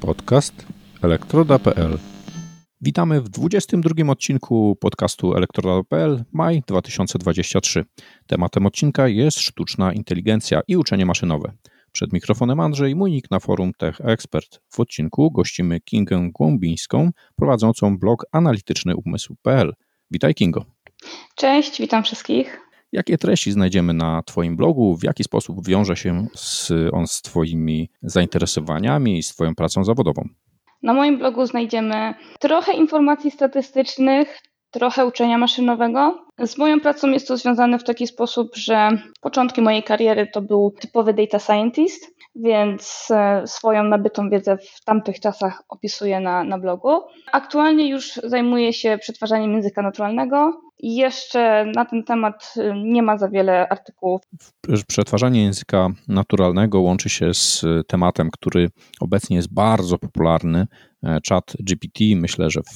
Podcast elektroda.pl. Witamy w 22 odcinku podcastu elektroda.pl, maj 2023. Tematem odcinka jest sztuczna inteligencja i uczenie maszynowe. Przed mikrofonem Andrzej, mój nick na forum TechExpert. W odcinku gościmy Kingę Głąbińską, prowadzącą blog analitycznyumysł.pl. Witaj, Kingo. Cześć, witam wszystkich. Jakie treści znajdziemy na Twoim blogu? W jaki sposób wiąże się on z Twoimi zainteresowaniami i z Twoją pracą zawodową? Na moim blogu znajdziemy trochę informacji statystycznych, trochę uczenia maszynowego. Z moją pracą jest to związane w taki sposób, że początki mojej kariery to był typowy data scientist, więc swoją nabytą wiedzę w tamtych czasach opisuję na blogu. Aktualnie już zajmuję się przetwarzaniem języka naturalnego i jeszcze na ten temat nie ma za wiele artykułów. Przetwarzanie języka naturalnego łączy się z tematem, który obecnie jest bardzo popularny, ChatGPT. Myślę, że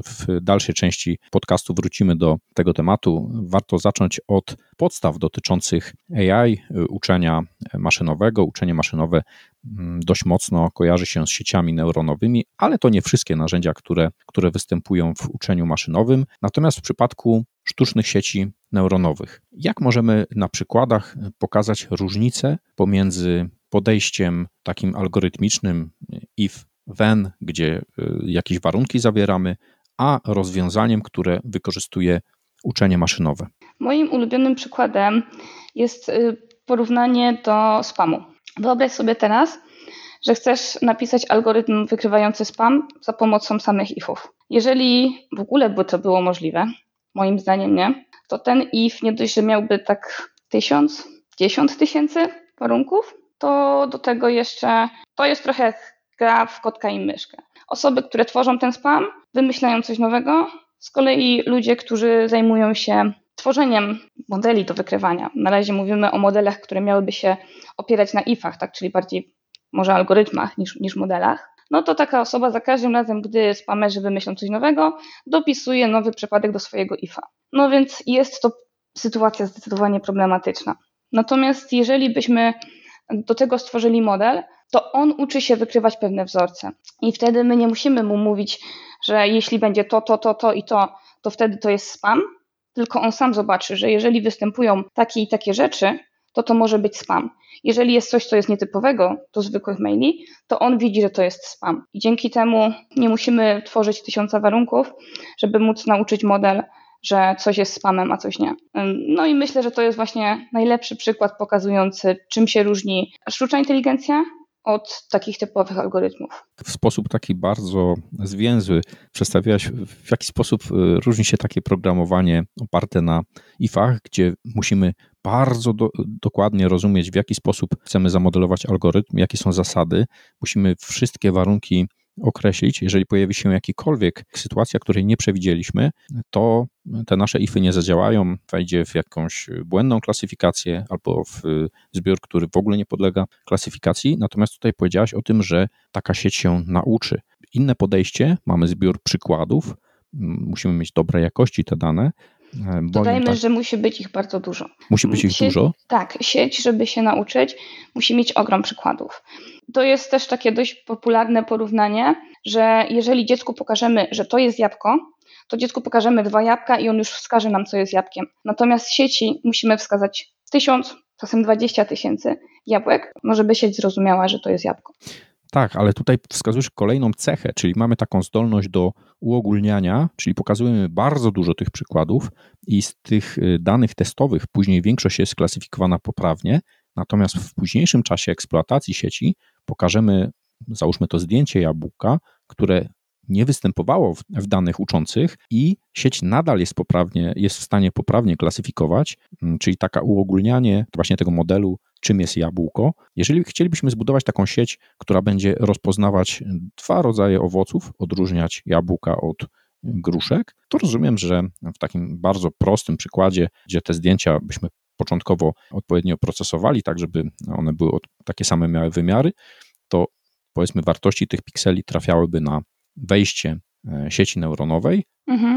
w dalszej części podcastu wrócimy do tego tematu. Warto zacząć od podstaw dotyczących AI, uczenia maszynowego. Uczenie maszynowe dość mocno kojarzy się z sieciami neuronowymi, ale to nie wszystkie narzędzia, które występują w uczeniu maszynowym. Natomiast w przypadku sztucznych sieci neuronowych, jak możemy na przykładach pokazać różnicę pomiędzy podejściem takim algorytmicznym if then, gdzie jakieś warunki zawieramy, a rozwiązaniem, które wykorzystuje uczenie maszynowe? Moim ulubionym przykładem jest porównanie do spamu. Wyobraź sobie teraz, że chcesz napisać algorytm wykrywający spam za pomocą samych ifów. Jeżeli w ogóle by to było możliwe, moim zdaniem nie, to ten if nie dość, że miałby tak 1000, 10 tysięcy warunków, to do tego jeszcze to jest trochę jak gra w kotka i myszkę. Osoby, które tworzą ten spam, wymyślają coś nowego, z kolei ludzie, którzy zajmują się tworzeniem modeli do wykrywania. Na razie mówimy o modelach, które miałyby się opierać na ifach, tak, czyli bardziej może algorytmach niż modelach. No to taka osoba za każdym razem, gdy spamerzy wymyślą coś nowego, dopisuje nowy przypadek do swojego ifa. No więc jest to sytuacja zdecydowanie problematyczna. Natomiast jeżeli byśmy do tego stworzyli model, to on uczy się wykrywać pewne wzorce. I wtedy my nie musimy mu mówić, że jeśli będzie to i to wtedy to jest spam, tylko on sam zobaczy, że jeżeli występują takie i takie rzeczy, to może być spam. Jeżeli jest coś, co jest nietypowego do zwykłych maili, to on widzi, że to jest spam. I dzięki temu nie musimy tworzyć 1000 warunków, żeby móc nauczyć model, że coś jest spamem, a coś nie. No i myślę, że to jest właśnie najlepszy przykład pokazujący, czym się różni sztuczna inteligencja od takich typowych algorytmów. W sposób taki bardzo zwięzły przedstawiłaś, w jaki sposób różni się takie programowanie oparte na ifach, gdzie musimy bardzo dokładnie rozumieć, w jaki sposób chcemy zamodelować algorytm, jakie są zasady. Musimy wszystkie warunki określić. Jeżeli pojawi się jakakolwiek sytuacja, której nie przewidzieliśmy, to te nasze ify nie zadziałają, wejdzie w jakąś błędną klasyfikację albo w zbiór, który w ogóle nie podlega klasyfikacji. Natomiast tutaj powiedziałaś o tym, że taka sieć się nauczy. Inne podejście, mamy zbiór przykładów, musimy mieć dobrej jakości te dane. Dodajmy, że musi być ich bardzo dużo. Musi być ich dużo? Tak, sieć, żeby się nauczyć, musi mieć ogrom przykładów. To jest też takie dość popularne porównanie, że jeżeli dziecku pokażemy, że to jest jabłko, to dziecku pokażemy 2 jabłka i on już wskaże nam, co jest jabłkiem. Natomiast w sieci musimy wskazać 1000, czasem 20 000 jabłek, żeby sieć zrozumiała, że to jest jabłko. Tak, ale tutaj wskazujesz kolejną cechę, czyli mamy taką zdolność do uogólniania, czyli pokazujemy bardzo dużo tych przykładów i z tych danych testowych później większość jest klasyfikowana poprawnie, natomiast w późniejszym czasie eksploatacji sieci pokażemy, załóżmy to zdjęcie jabłka, które nie występowało w danych uczących i sieć nadal jest w stanie poprawnie klasyfikować, czyli taka uogólnianie właśnie tego modelu, czym jest jabłko. Jeżeli chcielibyśmy zbudować taką sieć, która będzie rozpoznawać 2 rodzaje owoców, odróżniać jabłka od gruszek, to rozumiem, że w takim bardzo prostym przykładzie, gdzie te zdjęcia byśmy początkowo odpowiednio procesowali, tak żeby one były takie same, miały wymiary, to powiedzmy wartości tych pikseli trafiałyby na wejście sieci neuronowej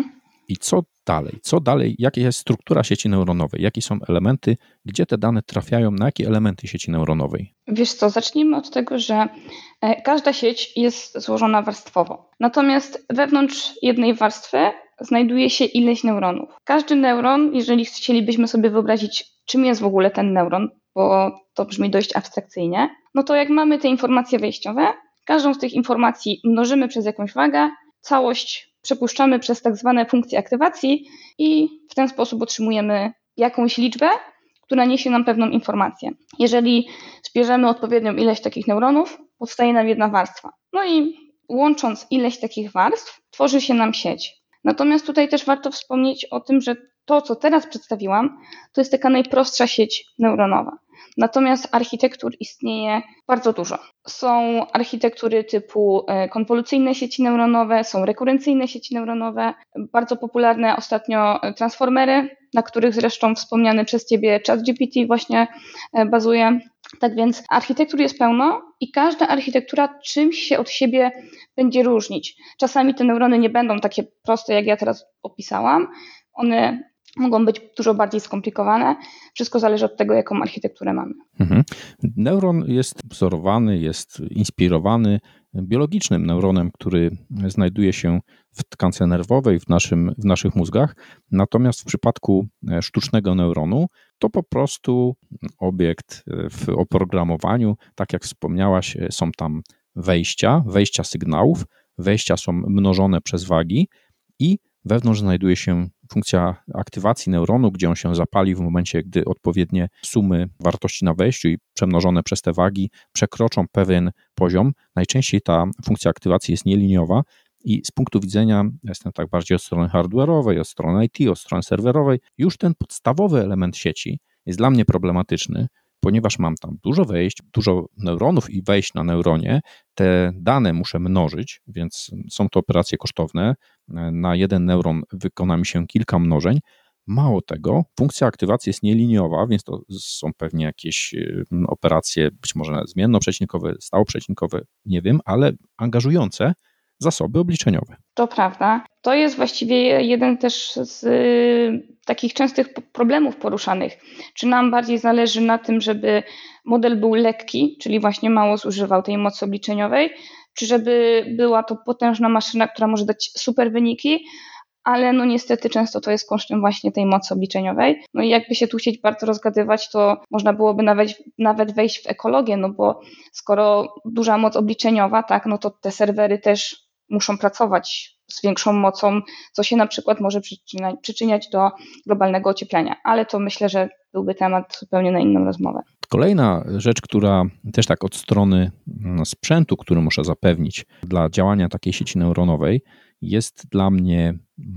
I co dalej? Co dalej? Jaka jest struktura sieci neuronowej? Jakie są elementy? Gdzie te dane trafiają? Na jakie elementy sieci neuronowej? Wiesz co, zacznijmy od tego, że każda sieć jest złożona warstwowo. Natomiast wewnątrz jednej warstwy znajduje się ileś neuronów. Każdy neuron, jeżeli chcielibyśmy sobie wyobrazić, czym jest w ogóle ten neuron, bo to brzmi dość abstrakcyjnie, no to jak mamy te informacje wejściowe, każdą z tych informacji mnożymy przez jakąś wagę, całość przepuszczamy przez tak zwane funkcje aktywacji i w ten sposób otrzymujemy jakąś liczbę, która niesie nam pewną informację. Jeżeli zbierzemy odpowiednią ilość takich neuronów, powstaje nam jedna warstwa. No i łącząc ileś takich warstw, tworzy się nam sieć. Natomiast tutaj też warto wspomnieć o tym, że to, co teraz przedstawiłam, to jest taka najprostsza sieć neuronowa. Natomiast architektur istnieje bardzo dużo. Są architektury typu konwolucyjne sieci neuronowe, są rekurencyjne sieci neuronowe, bardzo popularne ostatnio transformery, na których zresztą wspomniany przez Ciebie ChatGPT właśnie bazuje. Tak więc architektur jest pełno i każda architektura czymś się od siebie będzie różnić. Czasami te neurony nie będą takie proste, jak ja teraz opisałam. One mogą być dużo bardziej skomplikowane. Wszystko zależy od tego, jaką architekturę mamy. Neuron jest wzorowany, jest inspirowany biologicznym neuronem, który znajduje się w tkance nerwowej, w naszych mózgach. Natomiast w przypadku sztucznego neuronu to po prostu obiekt w oprogramowaniu. Tak jak wspomniałaś, są tam wejścia sygnałów, wejścia są mnożone przez wagi i wewnątrz znajduje się funkcja aktywacji neuronu, gdzie on się zapali w momencie, gdy odpowiednie sumy wartości na wejściu i przemnożone przez te wagi przekroczą pewien poziom. Najczęściej ta funkcja aktywacji jest nieliniowa i z punktu widzenia, jestem tak bardziej od strony hardware'owej, od strony IT, od strony serwerowej, już ten podstawowy element sieci jest dla mnie problematyczny, ponieważ mam tam dużo wejść, dużo neuronów i wejść na neuronie. Te dane muszę mnożyć, więc są to operacje kosztowne. Na jeden neuron wykona mi się kilka mnożeń. Mało tego, funkcja aktywacji jest nieliniowa, więc to są pewnie jakieś operacje, być może zmiennoprzecinkowe, stałoprzecinkowe, nie wiem, ale angażujące zasoby obliczeniowe. To prawda. To jest właściwie jeden też z takich częstych problemów poruszanych. Czy nam bardziej zależy na tym, żeby model był lekki, czyli właśnie mało zużywał tej mocy obliczeniowej, czy żeby była to potężna maszyna, która może dać super wyniki, ale no niestety często to jest kosztem właśnie tej mocy obliczeniowej. No i jakby się tu chcieć bardzo rozgadywać, to można byłoby nawet wejść w ekologię, no bo skoro duża moc obliczeniowa, tak, no to te serwery też muszą pracować z większą mocą, co się na przykład może przyczyniać do globalnego ocieplenia. Ale to myślę, że byłby temat zupełnie na inną rozmowę. Kolejna rzecz, która też tak od strony sprzętu, który muszę zapewnić dla działania takiej sieci neuronowej, jest dla mnie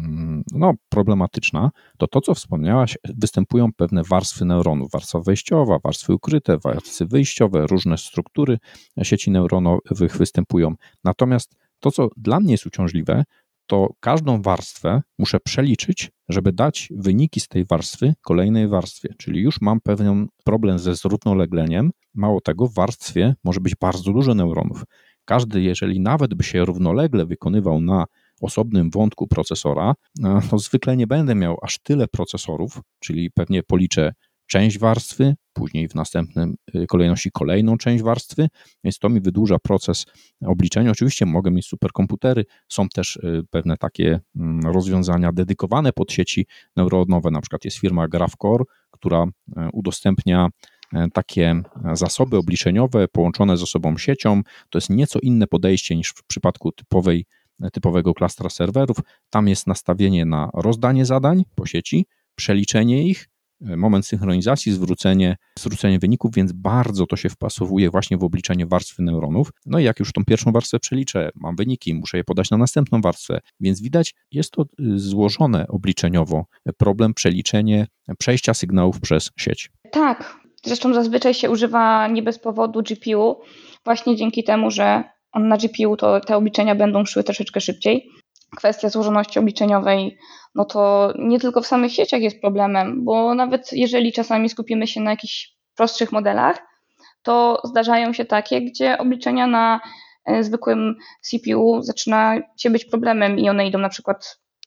problematyczna, to co wspomniałaś, występują pewne warstwy neuronów, warstwa wejściowa, warstwy ukryte, warstwy wyjściowe, różne struktury sieci neuronowych występują. Natomiast to, co dla mnie jest uciążliwe, to każdą warstwę muszę przeliczyć, żeby dać wyniki z tej warstwy kolejnej warstwie. Czyli już mam pewien problem ze zrównolegleniem. Mało tego, w warstwie może być bardzo dużo neuronów. Każdy, jeżeli nawet by się równolegle wykonywał na osobnym wątku procesora, to zwykle nie będę miał aż tyle procesorów, czyli pewnie policzę część warstwy, później w następnej kolejności kolejną część warstwy, więc to mi wydłuża proces obliczenia. Oczywiście mogę mieć superkomputery, są też pewne takie rozwiązania dedykowane pod sieci neuronowe, na przykład jest firma GraphCore, która udostępnia takie zasoby obliczeniowe połączone ze sobą siecią. To jest nieco inne podejście niż w przypadku typowego klastra serwerów. Tam jest nastawienie na rozdanie zadań po sieci, przeliczenie ich, moment synchronizacji, zwrócenie wyników, więc bardzo to się wpasowuje właśnie w obliczenie warstwy neuronów. No i jak już tą pierwszą warstwę przeliczę, mam wyniki, muszę je podać na następną warstwę, więc widać, jest to złożone obliczeniowo problem przeliczenie przejścia sygnałów przez sieć. Tak, zresztą zazwyczaj się używa nie bez powodu GPU, właśnie dzięki temu, że na GPU to te obliczenia będą szły troszeczkę szybciej. Kwestia złożoności obliczeniowej, no to nie tylko w samych sieciach jest problemem, bo nawet jeżeli czasami skupimy się na jakichś prostszych modelach, to zdarzają się takie, gdzie obliczenia na zwykłym CPU zaczyna się być problemem i one idą na przykład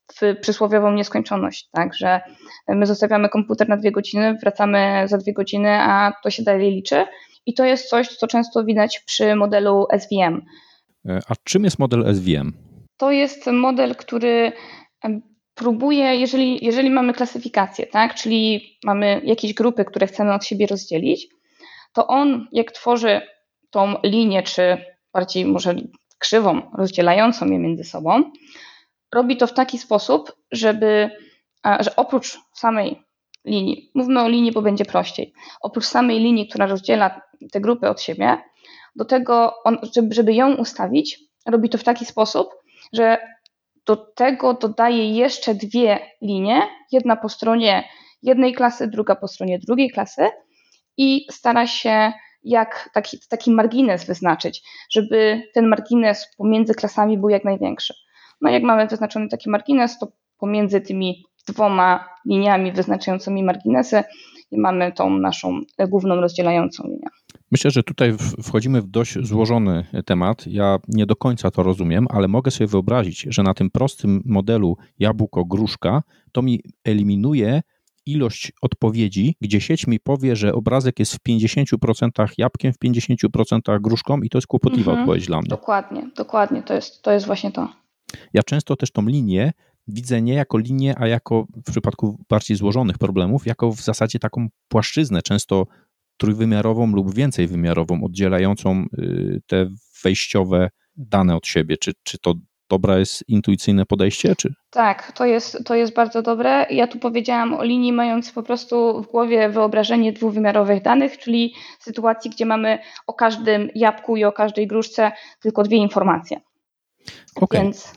w przysłowiową nieskończoność, tak, że my zostawiamy komputer na 2 godziny, wracamy za 2 godziny, a to się dalej liczy. I to jest coś, co często widać przy modelu SVM. A czym jest model SVM? To jest model, który próbuje, jeżeli mamy klasyfikację, tak, czyli mamy jakieś grupy, które chcemy od siebie rozdzielić, to on, jak tworzy tą linię, czy bardziej może krzywą rozdzielającą je między sobą, robi to w taki sposób, że oprócz samej linii, mówmy o linii, bo będzie prościej, oprócz samej linii, która rozdziela te grupy od siebie, do tego, żeby ją ustawić, robi to w taki sposób, że do tego dodaje jeszcze 2 linie, jedna po stronie jednej klasy, druga po stronie drugiej klasy i stara się taki margines wyznaczyć, żeby ten margines pomiędzy klasami był jak największy. No jak mamy wyznaczony taki margines, to pomiędzy tymi 2 liniami wyznaczającymi marginesy mamy tą naszą główną rozdzielającą linię. Myślę, że tutaj wchodzimy w dość złożony temat. Ja nie do końca to rozumiem, ale mogę sobie wyobrazić, że na tym prostym modelu jabłko-gruszka to mi eliminuje ilość odpowiedzi, gdzie sieć mi powie, że obrazek jest w 50% jabłkiem, w 50% gruszką i to jest kłopotliwa odpowiedź dla mnie. Dokładnie, to jest właśnie to. Ja często też tą linię widzę nie jako linię, a jako w przypadku bardziej złożonych problemów, jako w zasadzie taką płaszczyznę, często trójwymiarową lub więcejwymiarową, oddzielającą te wejściowe dane od siebie. Czy to dobre jest intuicyjne podejście? Czy? Tak, to jest bardzo dobre. Ja tu powiedziałam o linii mając po prostu w głowie wyobrażenie dwuwymiarowych danych, czyli sytuacji, gdzie mamy o każdym jabłku i o każdej gruszce tylko 2 informacje. Okay. Więc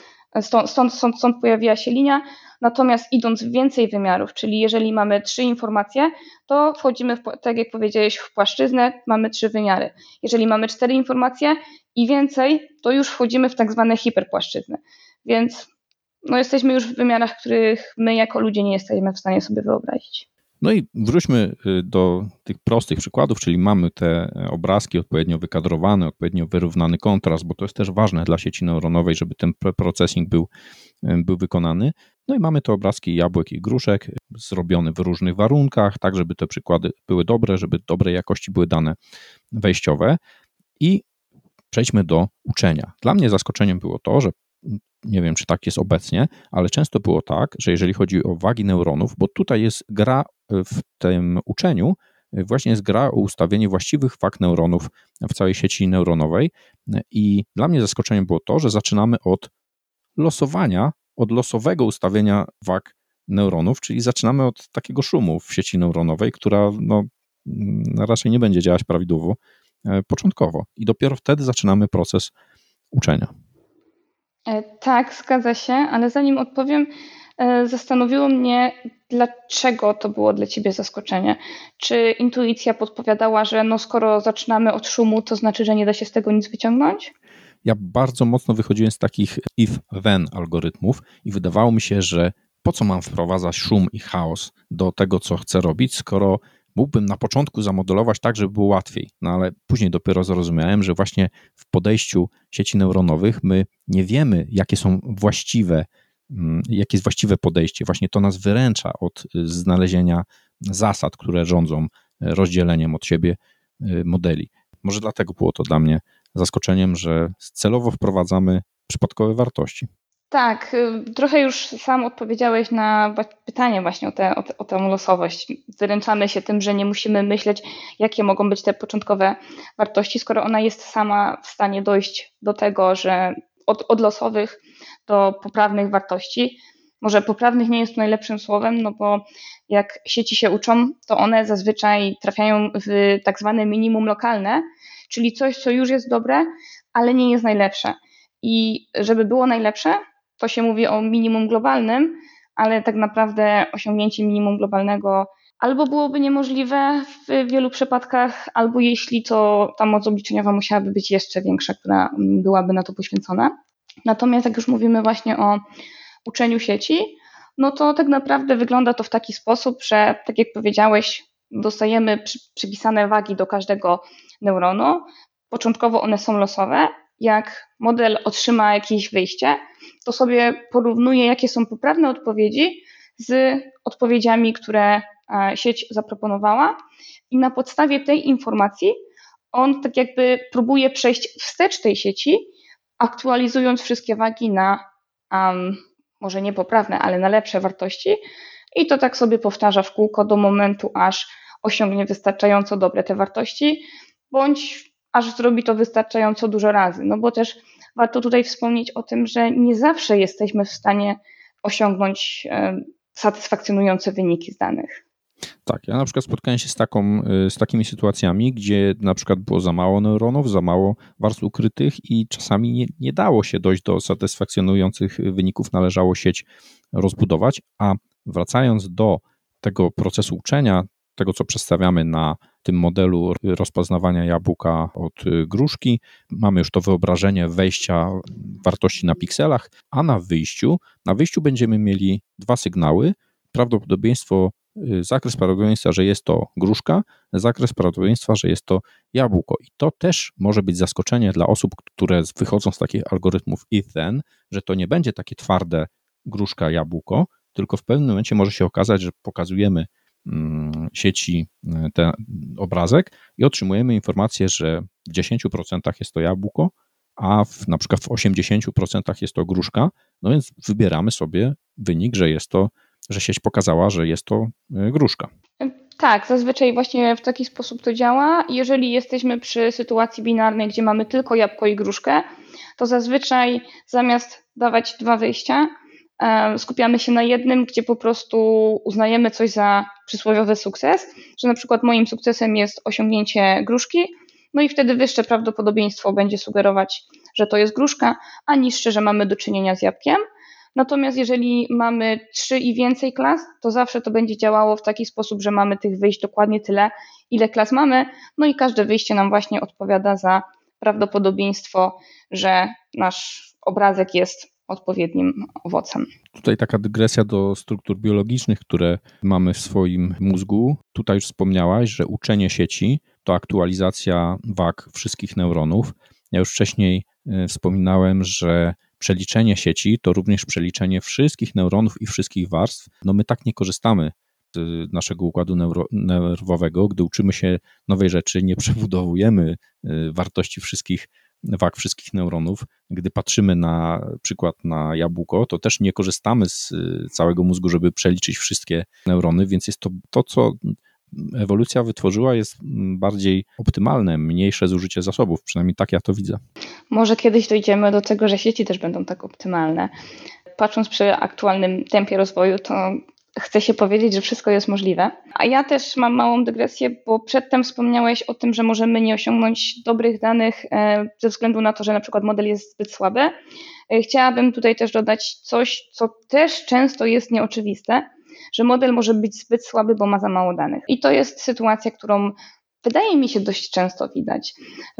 stąd pojawiła się linia. Natomiast idąc w więcej wymiarów, czyli jeżeli mamy 3 informacje, to wchodzimy, tak jak powiedziałeś, w płaszczyznę, mamy 3 wymiary. Jeżeli mamy 4 informacje i więcej, to już wchodzimy w tak zwane hiperpłaszczyzny. Więc jesteśmy już w wymiarach, których my jako ludzie nie jesteśmy w stanie sobie wyobrazić. No i wróćmy do tych prostych przykładów, czyli mamy te obrazki odpowiednio wykadrowane, odpowiednio wyrównany kontrast, bo to jest też ważne dla sieci neuronowej, żeby ten processing był wykonany. No i mamy te obrazki jabłek i gruszek zrobione w różnych warunkach, tak żeby te przykłady były dobre, żeby dobrej jakości były dane wejściowe. I przejdźmy do uczenia. Dla mnie zaskoczeniem było to, że nie wiem, czy tak jest obecnie, ale często było tak, że jeżeli chodzi o wagi neuronów, bo tutaj jest gra w tym uczeniu, właśnie jest gra o ustawienie właściwych wag neuronów w całej sieci neuronowej i dla mnie zaskoczeniem było to, że zaczynamy od losowania, od losowego ustawienia wag neuronów, czyli zaczynamy od takiego szumu w sieci neuronowej, która raczej nie będzie działać prawidłowo początkowo i dopiero wtedy zaczynamy proces uczenia. Tak, zgadza się, ale zanim odpowiem, zastanowiło mnie, dlaczego to było dla ciebie zaskoczenie. Czy intuicja podpowiadała, że skoro zaczynamy od szumu, to znaczy, że nie da się z tego nic wyciągnąć? Ja bardzo mocno wychodziłem z takich if-then algorytmów i wydawało mi się, że po co mam wprowadzać szum i chaos do tego, co chcę robić, skoro mógłbym na początku zamodelować tak, żeby było łatwiej. No ale później dopiero zrozumiałem, że właśnie w podejściu sieci neuronowych my nie wiemy, jakie jest właściwe podejście. Właśnie to nas wyręcza od znalezienia zasad, które rządzą rozdzieleniem od siebie modeli. Może dlatego było to dla mnie zaskoczeniem, że celowo wprowadzamy przypadkowe wartości. Tak, trochę już sam odpowiedziałeś na pytanie właśnie o tę losowość. Wyręczamy się tym, że nie musimy myśleć, jakie mogą być te początkowe wartości, skoro ona jest sama w stanie dojść do tego, że od losowych do poprawnych wartości. Może poprawnych nie jest tu najlepszym słowem, bo jak sieci się uczą, to one zazwyczaj trafiają w tak zwane minimum lokalne, czyli coś, co już jest dobre, ale nie jest najlepsze. I żeby było najlepsze, to się mówi o minimum globalnym, ale tak naprawdę osiągnięcie minimum globalnego albo byłoby niemożliwe w wielu przypadkach, albo jeśli to ta moc obliczeniowa musiałaby być jeszcze większa, która byłaby na to poświęcona. Natomiast jak już mówimy właśnie o uczeniu sieci, to tak naprawdę wygląda to w taki sposób, że tak jak powiedziałeś, dostajemy przypisane wagi do każdego neuronu. Początkowo one są losowe, jak model otrzyma jakieś wyjście, to sobie porównuje, jakie są poprawne odpowiedzi z odpowiedziami, które sieć zaproponowała i na podstawie tej informacji on tak jakby próbuje przejść wstecz tej sieci, aktualizując wszystkie wagi na może nie poprawne, ale na lepsze wartości i to tak sobie powtarza w kółko do momentu, aż osiągnie wystarczająco dobre te wartości, bądź aż zrobi to wystarczająco dużo razy. No bo też warto tutaj wspomnieć o tym, że nie zawsze jesteśmy w stanie osiągnąć satysfakcjonujące wyniki z danych. Tak, ja na przykład spotkałem się z takimi sytuacjami, gdzie na przykład było za mało neuronów, za mało warstw ukrytych i czasami nie dało się dojść do satysfakcjonujących wyników, należało sieć rozbudować, a wracając do tego procesu uczenia, tego co przedstawiamy na tym modelu rozpoznawania jabłka od gruszki, mamy już to wyobrażenie wejścia wartości na pikselach, a na wyjściu będziemy mieli dwa sygnały, zakres prawdopodobieństwa, że jest to gruszka, zakres prawdopodobieństwa, że jest to jabłko. I to też może być zaskoczenie dla osób, które wychodzą z takich algorytmów if-then, że to nie będzie takie twarde gruszka, jabłko, tylko w pewnym momencie może się okazać, że pokazujemy sieci ten obrazek i otrzymujemy informację, że w 10% jest to jabłko, a na przykład w 80% jest to gruszka, no więc wybieramy sobie wynik, że sieć pokazała, że jest to gruszka. Tak, zazwyczaj właśnie w taki sposób to działa. Jeżeli jesteśmy przy sytuacji binarnej, gdzie mamy tylko jabłko i gruszkę, to zazwyczaj zamiast dawać dwa wyjścia, skupiamy się na jednym, gdzie po prostu uznajemy coś za przysłowiowy sukces, że na przykład moim sukcesem jest osiągnięcie gruszki, no i wtedy wyższe prawdopodobieństwo będzie sugerować, że to jest gruszka, a niższe, że mamy do czynienia z jabłkiem. Natomiast jeżeli mamy 3 i więcej klas, to zawsze to będzie działało w taki sposób, że mamy tych wyjść dokładnie tyle, ile klas mamy, no i każde wyjście nam właśnie odpowiada za prawdopodobieństwo, że nasz obrazek jest odpowiednim owocem. Tutaj taka dygresja do struktur biologicznych, które mamy w swoim mózgu. Tutaj już wspomniałaś, że uczenie sieci to aktualizacja wag wszystkich neuronów. Ja już wcześniej wspominałem, że przeliczenie sieci to również przeliczenie wszystkich neuronów i wszystkich warstw. No my tak nie korzystamy z naszego układu nerwowego. Gdy uczymy się nowej rzeczy, nie przebudowujemy wartości wag wszystkich neuronów. Gdy patrzymy na przykład na jabłko, to też nie korzystamy z całego mózgu, żeby przeliczyć wszystkie neurony, więc jest to co ewolucja wytworzyła, jest bardziej optymalne, mniejsze zużycie zasobów, przynajmniej tak ja to widzę. Może kiedyś dojdziemy do tego, że sieci też będą tak optymalne. Patrząc przy aktualnym tempie rozwoju, to chce się powiedzieć, że wszystko jest możliwe. A ja też mam małą dygresję, bo przedtem wspomniałeś o tym, że możemy nie osiągnąć dobrych danych ze względu na to, że na przykład model jest zbyt słaby. Chciałabym tutaj też dodać coś, co też często jest nieoczywiste, że model może być zbyt słaby, bo ma za mało danych. I to jest sytuacja, którą wydaje mi się dość często widać,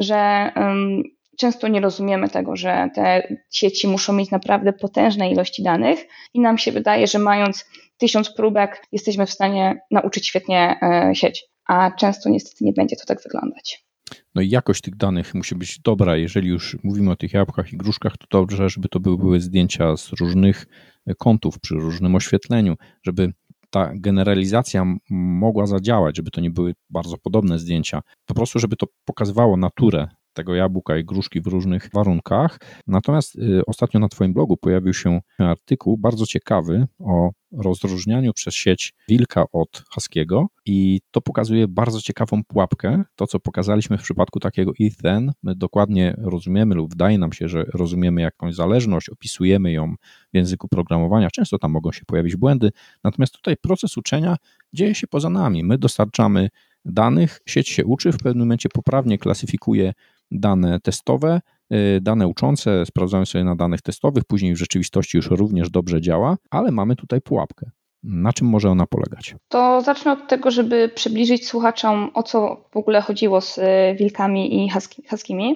że często nie rozumiemy tego, że te sieci muszą mieć naprawdę potężne ilości danych i nam się wydaje, że mając 1000 próbek jesteśmy w stanie nauczyć świetnie sieć, a często niestety nie będzie to tak wyglądać. No i jakość tych danych musi być dobra. Jeżeli już mówimy o tych jabłkach i gruszkach, to dobrze, żeby to były zdjęcia z różnych kątów, przy różnym oświetleniu, żeby ta generalizacja mogła zadziałać, żeby to nie były bardzo podobne zdjęcia. Po prostu, żeby to pokazywało naturę tego jabłka i gruszki w różnych warunkach. Natomiast ostatnio na Twoim blogu pojawił się artykuł bardzo ciekawy o rozróżnianiu przez sieć wilka od husky'ego i to pokazuje bardzo ciekawą pułapkę. To, co pokazaliśmy w przypadku takiego if-then, my dokładnie rozumiemy lub wydaje nam się, że rozumiemy jakąś zależność, opisujemy ją w języku programowania. Często tam mogą się pojawić błędy, natomiast tutaj proces uczenia dzieje się poza nami. My dostarczamy danych, sieć się uczy, w pewnym momencie poprawnie klasyfikuje dane testowe, dane uczące, sprawdzamy sobie na danych testowych, później w rzeczywistości już również dobrze działa, ale mamy tutaj pułapkę. Na czym może ona polegać? To zacznę od tego, żeby przybliżyć słuchaczom, o co w ogóle chodziło z wilkami i huskymi.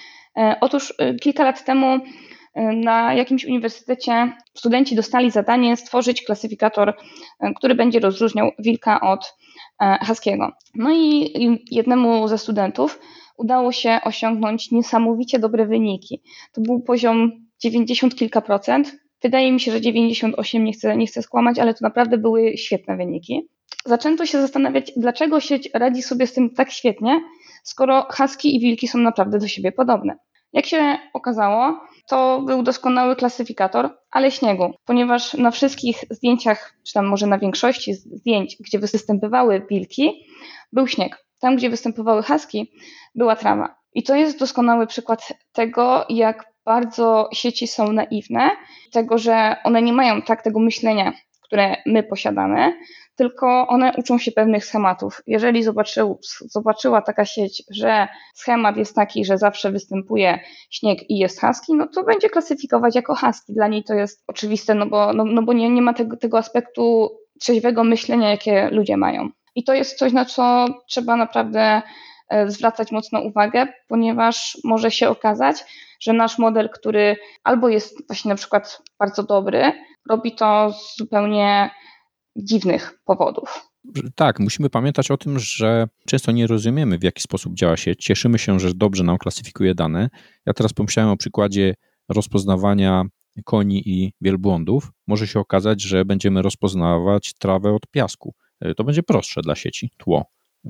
Otóż kilka lat temu na jakimś uniwersytecie studenci dostali zadanie stworzyć klasyfikator, który będzie rozróżniał wilka od husky'ego. No i jednemu ze studentów udało się osiągnąć niesamowicie dobre wyniki. To był poziom 90 kilka procent. Wydaje mi się, że 98, nie chcę skłamać, ale to naprawdę były świetne wyniki. Zaczęto się zastanawiać, dlaczego sieć radzi sobie z tym tak świetnie, skoro husky i wilki są naprawdę do siebie podobne. Jak się okazało, to był doskonały klasyfikator, ale śniegu, ponieważ na wszystkich zdjęciach, czy tam może na większości zdjęć, gdzie występowały wilki, był śnieg. Tam, gdzie występowały husky, była trawa. I to jest doskonały przykład tego, jak bardzo sieci są naiwne, tego, że one nie mają tego myślenia, które my posiadamy, tylko one uczą się pewnych schematów. Jeżeli zobaczyła taka sieć, że schemat jest taki, że zawsze występuje śnieg i jest husky, no to będzie klasyfikować jako husky. Dla niej to jest oczywiste, no bo nie ma tego aspektu trzeźwego myślenia, jakie ludzie mają. I to jest coś, na co trzeba naprawdę zwracać mocno uwagę, ponieważ może się okazać, że nasz model, który albo jest właśnie na przykład bardzo dobry, robi to z zupełnie dziwnych powodów. Tak, musimy pamiętać o tym, że często nie rozumiemy, w jaki sposób działa sieć. Cieszymy się, że dobrze nam klasyfikuje dane. Ja teraz pomyślałem o przykładzie rozpoznawania koni i wielbłądów. Może się okazać, że będziemy rozpoznawać trawę od piasku. To będzie prostsze dla sieci, tło.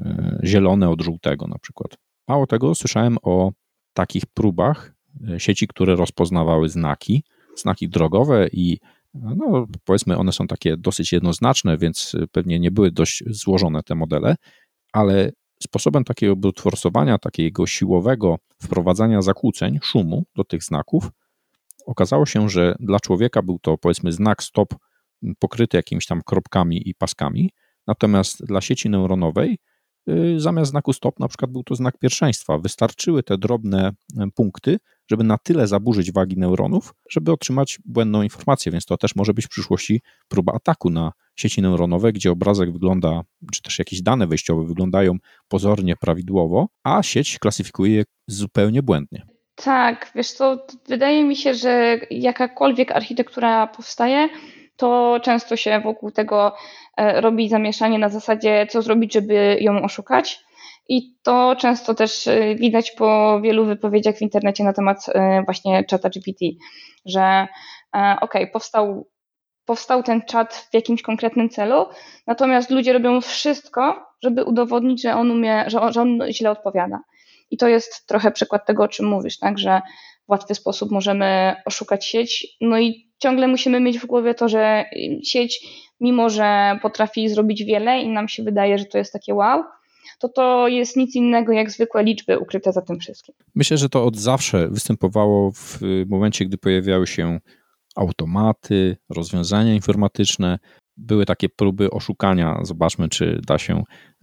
Zielone od żółtego na przykład. Mało tego, słyszałem o takich próbach sieci, które rozpoznawały znaki drogowe i no, powiedzmy, one są takie dosyć jednoznaczne, więc pewnie nie były dość złożone te modele, ale sposobem takiego brute-forsowania, takiego siłowego wprowadzania zakłóceń, szumu do tych znaków, okazało się, że dla człowieka był to powiedzmy znak stop pokryty jakimiś tam kropkami i paskami, natomiast dla sieci neuronowej zamiast znaku stop na przykład był to znak pierwszeństwa. Wystarczyły te drobne punkty, żeby na tyle zaburzyć wagi neuronów, żeby otrzymać błędną informację, więc to też może być w przyszłości próba ataku na sieci neuronowe, gdzie obrazek wygląda, czy też jakieś dane wejściowe wyglądają pozornie prawidłowo, a sieć klasyfikuje je zupełnie błędnie. Tak, wiesz co, wydaje mi się, że jakakolwiek architektura powstaje, to często się wokół tego robi zamieszanie na zasadzie, co zrobić, żeby ją oszukać. I to często też widać po wielu wypowiedziach w internecie na temat właśnie czata GPT, że powstał ten czat w jakimś konkretnym celu, natomiast ludzie robią wszystko, żeby udowodnić, że on źle odpowiada. I to jest trochę przykład tego, o czym mówisz, tak, że w łatwy sposób możemy oszukać sieć. No i ciągle musimy mieć w głowie to, że sieć, mimo że potrafi zrobić wiele i nam się wydaje, że to jest takie wow, to jest nic innego jak zwykłe liczby ukryte za tym wszystkim. Myślę, że to od zawsze występowało w momencie, gdy pojawiały się automaty, rozwiązania informatyczne. Były takie próby oszukania. Zobaczmy, czy da się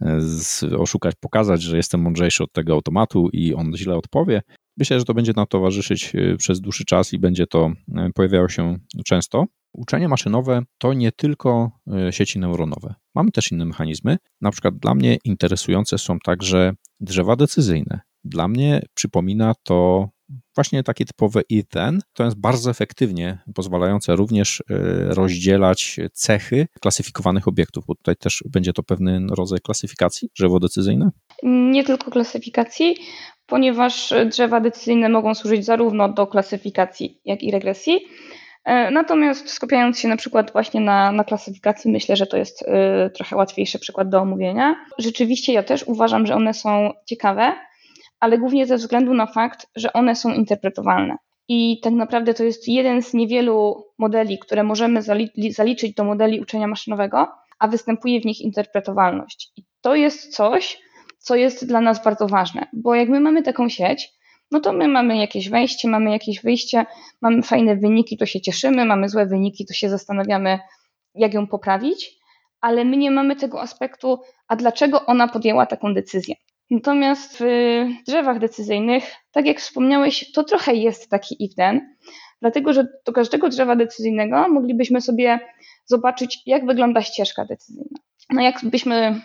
oszukać, pokazać, że jestem mądrzejszy od tego automatu i on źle odpowie. Myślę, że to będzie nam towarzyszyć przez dłuższy czas i będzie to pojawiało się często. Uczenie maszynowe to nie tylko sieci neuronowe. Mamy też inne mechanizmy. Na przykład dla mnie interesujące są także drzewa decyzyjne. Dla mnie przypomina to właśnie takie typowe if-then, to jest bardzo efektywnie pozwalające również rozdzielać cechy klasyfikowanych obiektów, bo tutaj też będzie to pewien rodzaj klasyfikacji, drzewo decyzyjne? Nie tylko klasyfikacji, ponieważ drzewa decyzyjne mogą służyć zarówno do klasyfikacji, jak i regresji. Natomiast skupiając się na przykład właśnie na klasyfikacji, myślę, że to jest trochę łatwiejszy przykład do omówienia. Rzeczywiście ja też uważam, że one są ciekawe, ale głównie ze względu na fakt, że one są interpretowalne. I tak naprawdę to jest jeden z niewielu modeli, które możemy zaliczyć do modeli uczenia maszynowego, a występuje w nich interpretowalność. I to jest coś, co jest dla nas bardzo ważne, bo jak my mamy taką sieć, no to my mamy jakieś wejście, mamy jakieś wyjście, mamy fajne wyniki, to się cieszymy, mamy złe wyniki, to się zastanawiamy, jak ją poprawić, ale my nie mamy tego aspektu, a dlaczego ona podjęła taką decyzję. Natomiast w drzewach decyzyjnych, tak jak wspomniałeś, to trochę jest taki if-then, dlatego że do każdego drzewa decyzyjnego moglibyśmy sobie zobaczyć, jak wygląda ścieżka decyzyjna. No jakbyśmy,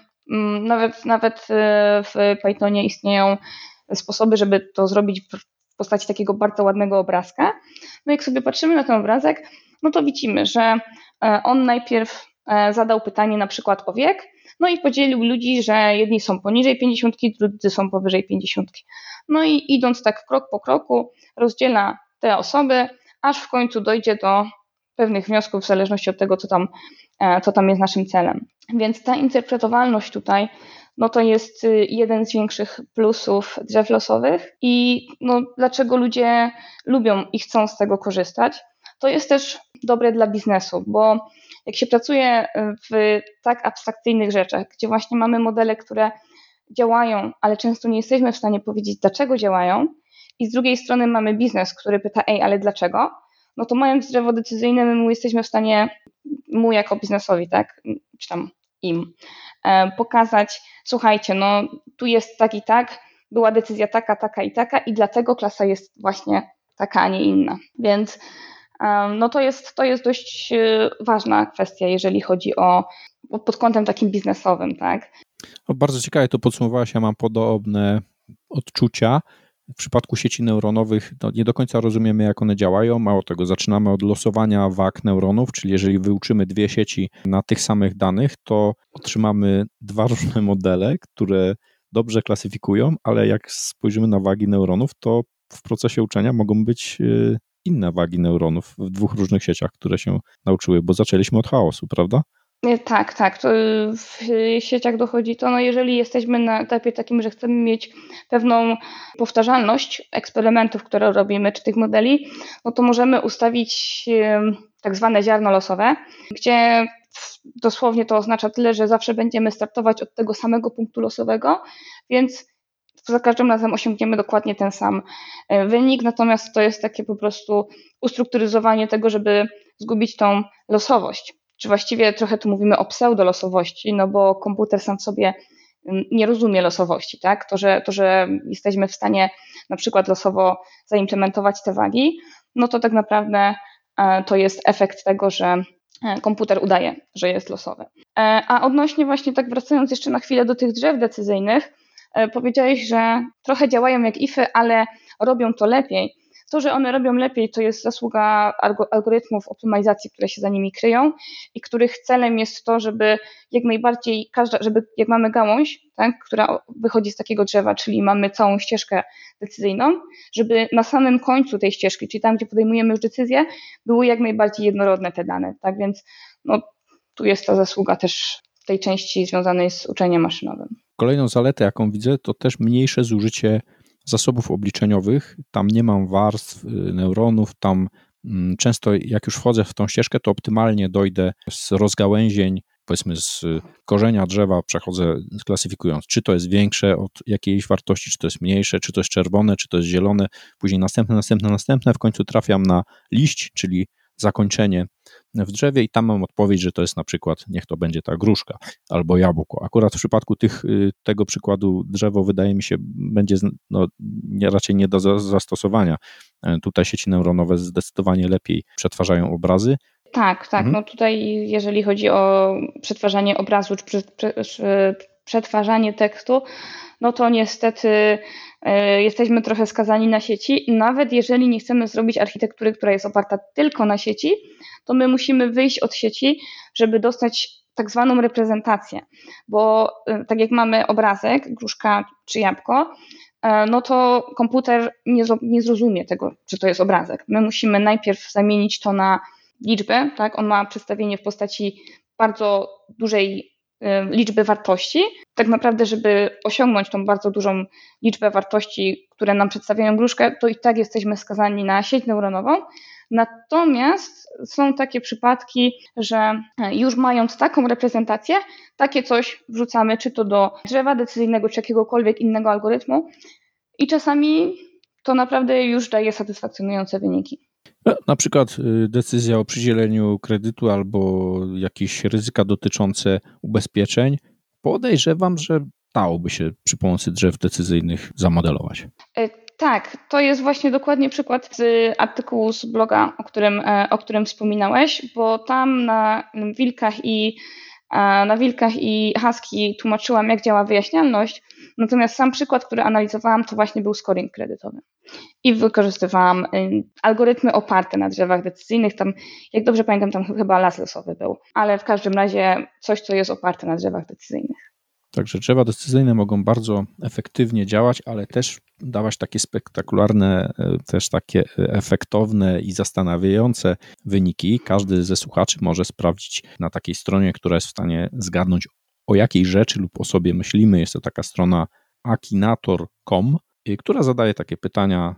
nawet w Pythonie istnieją sposoby, żeby to zrobić w postaci takiego bardzo ładnego obrazka. No jak sobie patrzymy na ten obrazek, no to widzimy, że on najpierw zadał pytanie na przykład o wiek, no i podzielił ludzi, że jedni są poniżej 50, drudzy są powyżej 50. No i idąc tak krok po kroku, rozdziela te osoby, aż w końcu dojdzie do pewnych wniosków w zależności od tego, co tam jest naszym celem. Więc ta interpretowalność tutaj, no to jest jeden z większych plusów drzew losowych i no, dlaczego ludzie lubią i chcą z tego korzystać. To jest też dobre dla biznesu, bo jak się pracuje w tak abstrakcyjnych rzeczach, gdzie właśnie mamy modele, które działają, ale często nie jesteśmy w stanie powiedzieć, dlaczego działają, i z drugiej strony mamy biznes, który pyta, ale dlaczego? No to mając drzewo decyzyjne, my jesteśmy w stanie, mu jako biznesowi, tak, czy tam im, pokazać, słuchajcie, no tu jest tak i tak, była decyzja taka, taka i taka i dlatego klasa jest właśnie taka, a nie inna. Więc no to jest dość ważna kwestia, jeżeli chodzi o pod kątem takim biznesowym, tak. Bardzo ciekawe to podsumowałaś, ja mam podobne odczucia. W przypadku sieci neuronowych no, nie do końca rozumiemy, jak one działają. Mało tego, zaczynamy od losowania wag neuronów, czyli jeżeli wyuczymy dwie sieci na tych samych danych, to otrzymamy dwa różne modele, które dobrze klasyfikują, ale jak spojrzymy na wagi neuronów, to w procesie uczenia mogą być inne wagi neuronów w dwóch różnych sieciach, które się nauczyły, bo zaczęliśmy od chaosu, prawda? Tak. To w sieciach dochodzi to, no jeżeli jesteśmy na etapie takim, że chcemy mieć pewną powtarzalność eksperymentów, które robimy, czy tych modeli, no to możemy ustawić tak zwane ziarno losowe, gdzie dosłownie to oznacza tyle, że zawsze będziemy startować od tego samego punktu losowego, więc za każdym razem osiągniemy dokładnie ten sam wynik, natomiast to jest takie po prostu ustrukturyzowanie tego, żeby zgubić tą losowość. Czy właściwie trochę tu mówimy o pseudolosowości, no bo komputer sam w sobie nie rozumie losowości, tak? To, że jesteśmy w stanie na przykład losowo zaimplementować te wagi, no to tak naprawdę to jest efekt tego, że komputer udaje, że jest losowy. A odnośnie właśnie tak wracając jeszcze na chwilę do tych drzew decyzyjnych, powiedziałeś, że trochę działają jak ify, ale robią to lepiej. To, że one robią lepiej, to jest zasługa algorytmów optymalizacji, które się za nimi kryją i których celem jest to, żeby jak najbardziej żeby jak mamy gałąź, tak, która wychodzi z takiego drzewa, czyli mamy całą ścieżkę decyzyjną, żeby na samym końcu tej ścieżki, czyli tam, gdzie podejmujemy już decyzję, były jak najbardziej jednorodne te dane. Tak więc no, tu jest ta zasługa też tej części związanej z uczeniem maszynowym. Kolejną zaletę, jaką widzę, to też mniejsze zużycie zasobów obliczeniowych. Tam nie mam warstw neuronów, tam często jak już wchodzę w tą ścieżkę, to optymalnie dojdę z rozgałęzień, powiedzmy z korzenia drzewa, przechodzę klasyfikując, czy to jest większe od jakiejś wartości, czy to jest mniejsze, czy to jest czerwone, czy to jest zielone, później następne, w końcu trafiam na liść, czyli zakończenie w drzewie i tam mam odpowiedź, że to jest na przykład, niech to będzie ta gruszka albo jabłko. Akurat w przypadku tego przykładu drzewo wydaje mi się będzie raczej nie do zastosowania. Tutaj sieci neuronowe zdecydowanie lepiej przetwarzają obrazy. Tak. No tutaj jeżeli chodzi o przetwarzanie obrazu czy przetwarzanie tekstu, no to niestety jesteśmy trochę skazani na sieci. Nawet jeżeli nie chcemy zrobić architektury, która jest oparta tylko na sieci, to my musimy wyjść od sieci, żeby dostać tak zwaną reprezentację, bo tak jak mamy obrazek, gruszka czy jabłko, no to komputer nie zrozumie tego, czy to jest obrazek. My musimy najpierw zamienić to na liczbę, tak? On ma przedstawienie w postaci bardzo dużej liczby wartości. Tak naprawdę, żeby osiągnąć tą bardzo dużą liczbę wartości, które nam przedstawiają gruszkę, to i tak jesteśmy skazani na sieć neuronową. Natomiast są takie przypadki, że już mając taką reprezentację, takie coś wrzucamy czy to do drzewa decyzyjnego, czy jakiegokolwiek innego algorytmu i czasami to naprawdę już daje satysfakcjonujące wyniki. Na przykład decyzja o przydzieleniu kredytu albo jakieś ryzyka dotyczące ubezpieczeń. Podejrzewam, że dałoby się przy pomocy drzew decyzyjnych zamodelować. Tak, to jest właśnie dokładnie przykład z artykułu z bloga, o którym wspominałeś, bo tam na wilkach i Na wilkach i husky tłumaczyłam, jak działa wyjaśnialność, natomiast sam przykład, który analizowałam, to właśnie był scoring kredytowy. I wykorzystywałam algorytmy oparte na drzewach decyzyjnych. Tam, jak dobrze pamiętam, tam chyba las losowy był, ale w każdym razie coś, co jest oparte na drzewach decyzyjnych. Także drzewa decyzyjne mogą bardzo efektywnie działać, ale też dawać takie spektakularne, też takie efektowne i zastanawiające wyniki. Każdy ze słuchaczy może sprawdzić na takiej stronie, która jest w stanie zgadnąć, o jakiej rzeczy lub osobie myślimy. Jest to taka strona akinator.com, która zadaje takie pytania.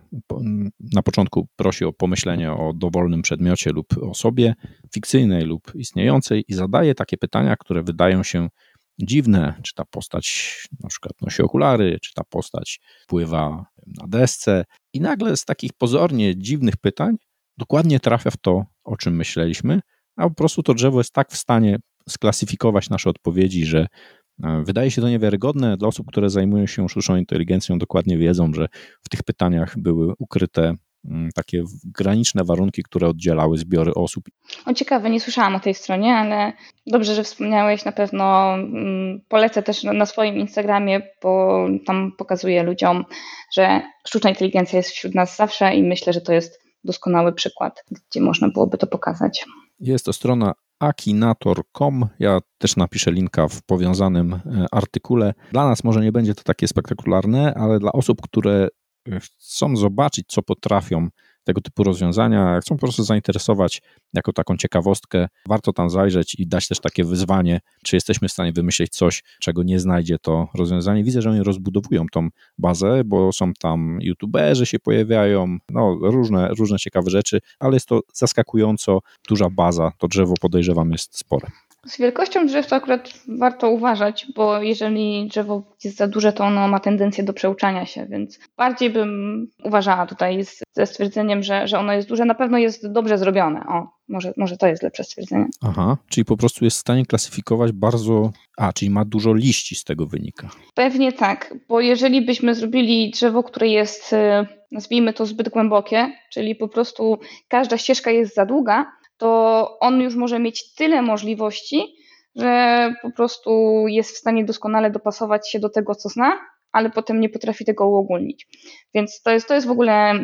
Na początku prosi o pomyślenie o dowolnym przedmiocie lub osobie fikcyjnej lub istniejącej i zadaje takie pytania, które wydają się dziwne, czy ta postać na przykład nosi okulary, czy ta postać pływa na desce i nagle z takich pozornie dziwnych pytań dokładnie trafia w to, o czym myśleliśmy, a po prostu to drzewo jest tak w stanie sklasyfikować nasze odpowiedzi, że wydaje się to niewiarygodne. Dla osób, które zajmują się sztuczną inteligencją, dokładnie wiedzą, że w tych pytaniach były ukryte takie graniczne warunki, które oddzielały zbiory osób. O, ciekawe, nie słyszałam o tej stronie, ale dobrze, że wspomniałeś, na pewno polecę też na swoim Instagramie, bo tam pokazuję ludziom, że sztuczna inteligencja jest wśród nas zawsze i myślę, że to jest doskonały przykład, gdzie można byłoby to pokazać. Jest to strona akinator.com. Ja też napiszę linka w powiązanym artykule. Dla nas może nie będzie to takie spektakularne, ale dla osób, które chcą zobaczyć, co potrafią tego typu rozwiązania, chcą po prostu zainteresować jako taką ciekawostkę, warto tam zajrzeć i dać też takie wyzwanie, czy jesteśmy w stanie wymyślić coś, czego nie znajdzie to rozwiązanie. Widzę, że oni rozbudowują tą bazę, bo są tam youtuberzy się pojawiają, no różne ciekawe rzeczy, ale jest to zaskakująco duża baza, to drzewo podejrzewam jest spore. Z wielkością drzew to akurat warto uważać, bo jeżeli drzewo jest za duże, to ono ma tendencję do przełuczania się, więc bardziej bym uważała tutaj ze stwierdzeniem, że ono jest duże. Na pewno jest dobrze zrobione. O, może to jest lepsze stwierdzenie. Aha, czyli po prostu jest w stanie klasyfikować bardzo... czyli ma dużo liści z tego wynika. Pewnie tak, bo jeżeli byśmy zrobili drzewo, które jest, nazwijmy to, zbyt głębokie, czyli po prostu każda ścieżka jest za długa, to on już może mieć tyle możliwości, że po prostu jest w stanie doskonale dopasować się do tego, co zna, ale potem nie potrafi tego uogólnić. Więc to jest w ogóle,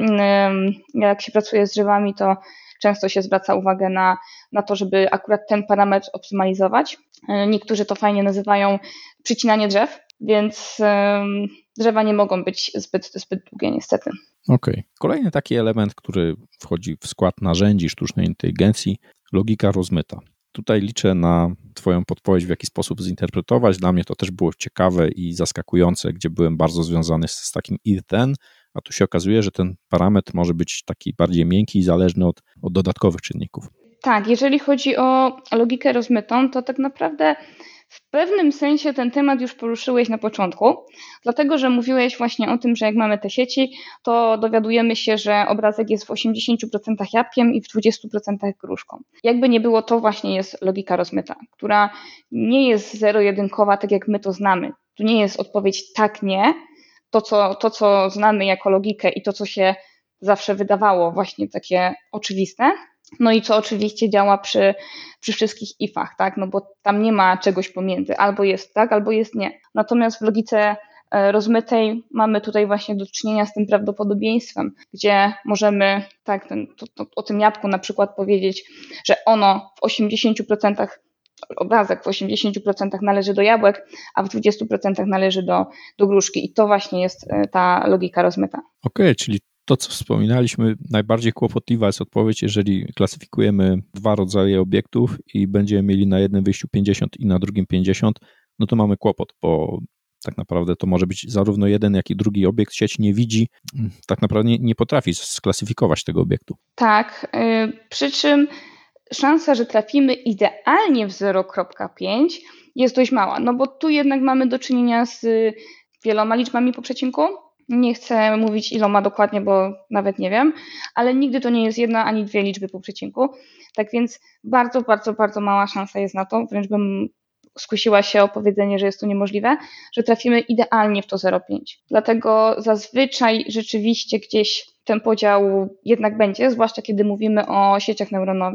jak się pracuje z drzewami, to często się zwraca uwagę na to, żeby akurat ten parametr optymalizować. Niektórzy to fajnie nazywają przycinanie drzew, więc drzewa nie mogą być zbyt długie niestety. Okej. Kolejny taki element, który wchodzi w skład narzędzi sztucznej inteligencji, logika rozmyta. Tutaj liczę na Twoją podpowiedź, w jaki sposób zinterpretować. Dla mnie to też było ciekawe i zaskakujące, gdzie byłem bardzo związany z takim if-then, a tu się okazuje, że ten parametr może być taki bardziej miękki i zależny od dodatkowych czynników. Tak, jeżeli chodzi o logikę rozmytą, to tak naprawdę w pewnym sensie ten temat już poruszyłeś na początku, dlatego że mówiłeś właśnie o tym, że jak mamy te sieci, to dowiadujemy się, że obrazek jest w 80% jabłkiem i w 20% gruszką. Jakby nie było, to właśnie jest logika rozmyta, która nie jest zero-jedynkowa, tak jak my to znamy. Tu nie jest odpowiedź tak, nie. To, co znamy jako logikę i to, co się zawsze wydawało właśnie takie oczywiste, no i co oczywiście działa przy wszystkich ifach, tak? No bo tam nie ma czegoś pomiędzy, albo jest tak, albo jest nie. Natomiast w logice rozmytej mamy tutaj właśnie do czynienia z tym prawdopodobieństwem, gdzie możemy tak o tym jabłku na przykład powiedzieć, że ono w 80%, obrazek w 80% należy do jabłek, a w 20% należy do gruszki i to właśnie jest ta logika rozmyta. Okej, czyli to, co wspominaliśmy, najbardziej kłopotliwa jest odpowiedź, jeżeli klasyfikujemy dwa rodzaje obiektów i będziemy mieli na jednym wyjściu 50 i na drugim 50, no to mamy kłopot, bo tak naprawdę to może być zarówno jeden, jak i drugi obiekt. Sieć nie widzi, tak naprawdę nie potrafi sklasyfikować tego obiektu. Tak, przy czym szansa, że trafimy idealnie w 0,5 jest dość mała, no bo tu jednak mamy do czynienia z wieloma liczbami po przecinku. Nie chcę mówić iloma dokładnie, bo nawet nie wiem, ale nigdy to nie jest jedna ani dwie liczby po przecinku. Tak więc bardzo, bardzo, bardzo mała szansa jest na to, wręcz bym skusiła się o powiedzenie, że jest to niemożliwe, że trafimy idealnie w to 0,5. Dlatego zazwyczaj rzeczywiście gdzieś ten podział jednak będzie, zwłaszcza kiedy mówimy o sieciach neuronowych,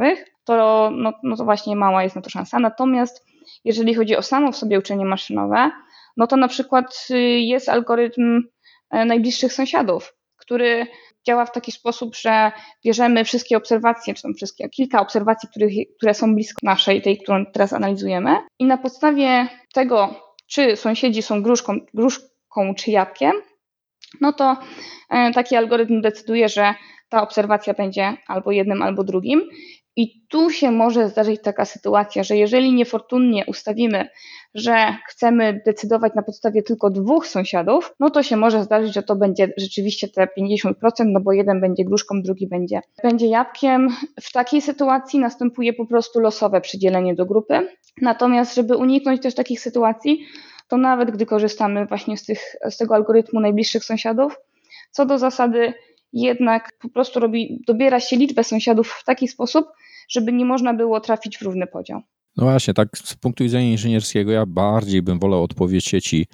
to właśnie mała jest na to szansa. Natomiast jeżeli chodzi o samo w sobie uczenie maszynowe, no to na przykład jest algorytm najbliższych sąsiadów, który działa w taki sposób, że bierzemy wszystkie obserwacje, czy tam kilka obserwacji, które są blisko naszej, tej, którą teraz analizujemy, i na podstawie tego, czy sąsiedzi są gruszką czy jabłkiem, no to taki algorytm decyduje, że ta obserwacja będzie albo jednym, albo drugim. I tu się może zdarzyć taka sytuacja, że jeżeli niefortunnie ustawimy, że chcemy decydować na podstawie tylko 2 sąsiadów, no to się może zdarzyć, że to będzie rzeczywiście te 50%, no bo jeden będzie gruszką, drugi będzie jabłkiem. W takiej sytuacji następuje po prostu losowe przydzielenie do grupy. Natomiast żeby uniknąć też takich sytuacji, to nawet gdy korzystamy właśnie z tego algorytmu najbliższych sąsiadów, co do zasady jednak po prostu dobiera się liczbę sąsiadów w taki sposób, żeby nie można było trafić w równy podział. No właśnie, tak z punktu widzenia inżynierskiego ja bardziej bym wolał odpowiedź sieci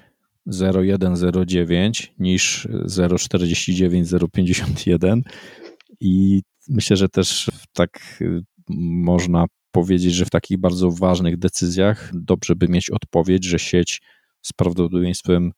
0109 niż 049 051 i myślę, że też tak można powiedzieć, że w takich bardzo ważnych decyzjach dobrze by mieć odpowiedź, że sieć z prawdopodobieństwem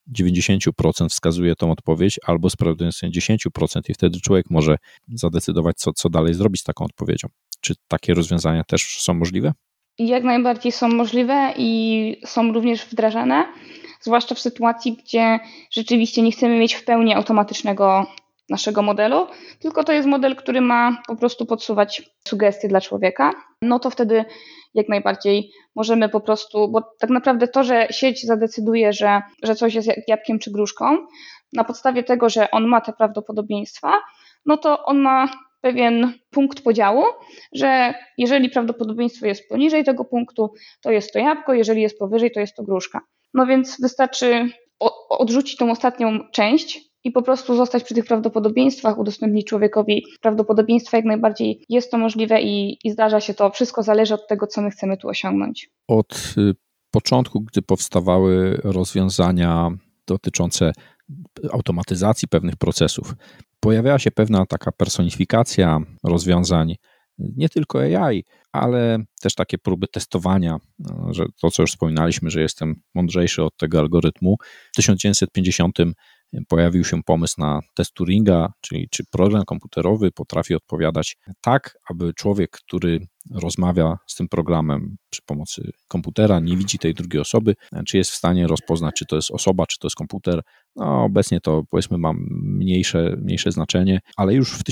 90% wskazuje tą odpowiedź, albo z prawdopodobieństwem 10% i wtedy człowiek może zadecydować, co dalej zrobić z taką odpowiedzią. Czy takie rozwiązania też są możliwe? Jak najbardziej są możliwe i są również wdrażane, zwłaszcza w sytuacji, gdzie rzeczywiście nie chcemy mieć w pełni automatycznego naszego modelu, tylko to jest model, który ma po prostu podsuwać sugestie dla człowieka, no to wtedy jak najbardziej możemy po prostu, bo tak naprawdę to, że sieć zadecyduje, że coś jest jabłkiem czy gruszką, na podstawie tego, że on ma te prawdopodobieństwa, no to on ma pewien punkt podziału, że jeżeli prawdopodobieństwo jest poniżej tego punktu, to jest to jabłko, jeżeli jest powyżej, to jest to gruszka. No więc wystarczy odrzucić tą ostatnią część i po prostu zostać przy tych prawdopodobieństwach, udostępnić człowiekowi prawdopodobieństwa, jak najbardziej jest to możliwe i zdarza się to. Wszystko zależy od tego, co my chcemy tu osiągnąć. Od początku, gdy powstawały rozwiązania dotyczące automatyzacji pewnych procesów, pojawiała się pewna taka personifikacja rozwiązań, nie tylko AI, ale też takie próby testowania, że to, co już wspominaliśmy, że jestem mądrzejszy od tego algorytmu. W 1950 pojawił się pomysł na test Turinga, czyli czy program komputerowy potrafi odpowiadać tak, aby człowiek, który rozmawia z tym programem przy pomocy komputera, nie widzi tej drugiej osoby, czy jest w stanie rozpoznać, czy to jest osoba, czy to jest komputer. No, obecnie to powiedzmy ma mniejsze znaczenie, ale już w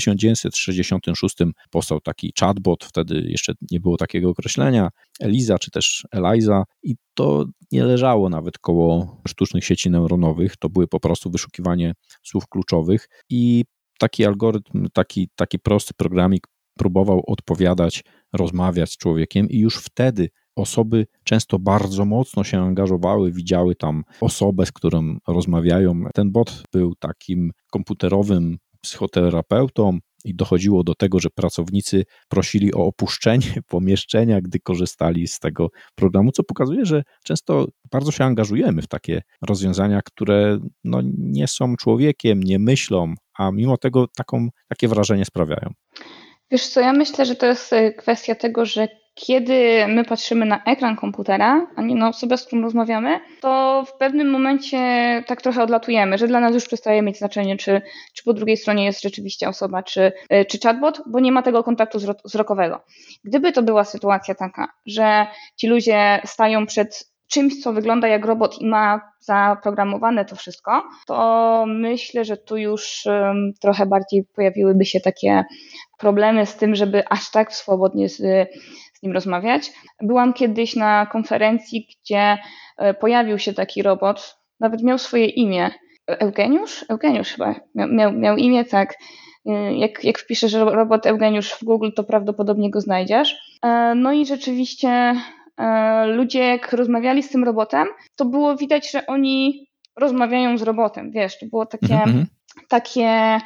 1966 powstał taki chatbot, wtedy jeszcze nie było takiego określenia, Eliza czy też Eliza, i to nie leżało nawet koło sztucznych sieci neuronowych, to były po prostu wyszukiwanie słów kluczowych i taki algorytm, taki prosty programik próbował odpowiadać, rozmawiać z człowiekiem i już wtedy osoby często bardzo mocno się angażowały, widziały tam osobę, z którą rozmawiają. Ten bot był takim komputerowym psychoterapeutą i dochodziło do tego, że pracownicy prosili o opuszczenie pomieszczenia, gdy korzystali z tego programu, co pokazuje, że często bardzo się angażujemy w takie rozwiązania, które nie są człowiekiem, nie myślą, a mimo tego takie wrażenie sprawiają. Wiesz co, ja myślę, że to jest kwestia tego, że kiedy my patrzymy na ekran komputera, a nie na osobę, z którą rozmawiamy, to w pewnym momencie tak trochę odlatujemy, że dla nas już przestaje mieć znaczenie, czy po drugiej stronie jest rzeczywiście osoba, czy chatbot, bo nie ma tego kontaktu wzrokowego. Gdyby to była sytuacja taka, że ci ludzie stają przed czymś, co wygląda jak robot i ma zaprogramowane to wszystko, to myślę, że tu już trochę bardziej pojawiłyby się takie problemy z tym, żeby aż tak swobodnie z nim rozmawiać. Byłam kiedyś na konferencji, gdzie pojawił się taki robot, nawet miał swoje imię. Eugeniusz? Eugeniusz chyba miał imię, tak. Jak wpiszesz robot Eugeniusz w Google, to prawdopodobnie go znajdziesz. No i rzeczywiście ludzie, jak rozmawiali z tym robotem, to było widać, że oni rozmawiają z robotem, wiesz, to było takie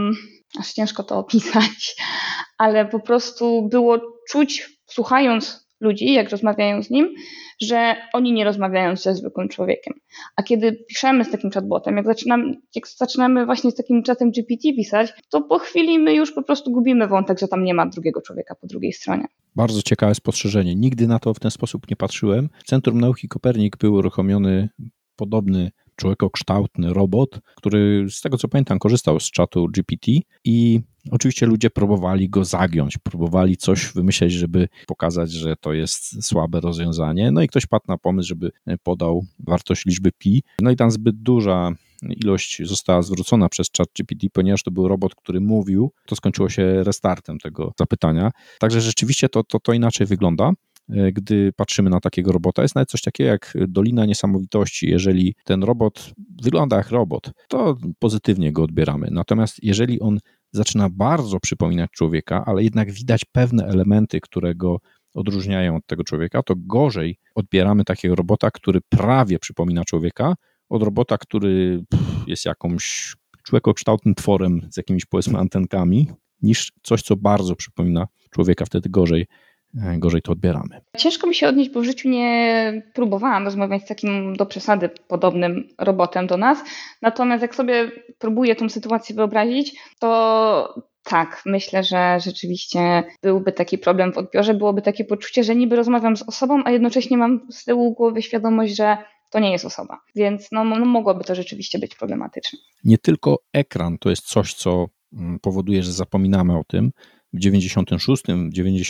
aż ciężko to opisać, ale po prostu było czuć, słuchając ludzi, jak rozmawiają z nim, że oni nie rozmawiają ze zwykłym człowiekiem. A kiedy piszemy z takim chatbotem, jak zaczynamy właśnie z takim chatem GPT pisać, to po chwili my już po prostu gubimy wątek, że tam nie ma drugiego człowieka po drugiej stronie. Bardzo ciekawe spostrzeżenie. Nigdy na to w ten sposób nie patrzyłem. W Centrum Nauki Kopernik był uruchomiony podobny człowiekokształtny robot, który z tego co pamiętam korzystał z czatu GPT i oczywiście ludzie próbowali go zagiąć, próbowali coś wymyśleć, żeby pokazać, że to jest słabe rozwiązanie. No i ktoś padł na pomysł, żeby podał wartość liczby pi. No i tam zbyt duża ilość została zwrócona przez ChatGPT, ponieważ to był robot, który mówił, to skończyło się restartem tego zapytania. Także rzeczywiście to inaczej wygląda. Gdy patrzymy na takiego robota, jest nawet coś takiego jak Dolina Niesamowitości. Jeżeli ten robot wygląda jak robot, to pozytywnie go odbieramy. Natomiast jeżeli on zaczyna bardzo przypominać człowieka, ale jednak widać pewne elementy, które go odróżniają od tego człowieka, to gorzej odbieramy takiego robota, który prawie przypomina człowieka, od robota, który jest jakąś człowiekokształtnym tworem z jakimiś, powiedzmy, antenkami, niż coś, co bardzo przypomina człowieka. Wtedy gorzej to odbieramy. Ciężko mi się odnieść, bo w życiu nie próbowałam rozmawiać z takim do przesady podobnym robotem do nas. Natomiast jak sobie próbuję tą sytuację wyobrazić, to tak, myślę, że rzeczywiście byłby taki problem w odbiorze, byłoby takie poczucie, że niby rozmawiam z osobą, a jednocześnie mam z tyłu głowy świadomość, że to nie jest osoba. Więc mogłoby to rzeczywiście być problematyczne. Nie tylko ekran to jest coś, co powoduje, że zapominamy o tym. W 96, w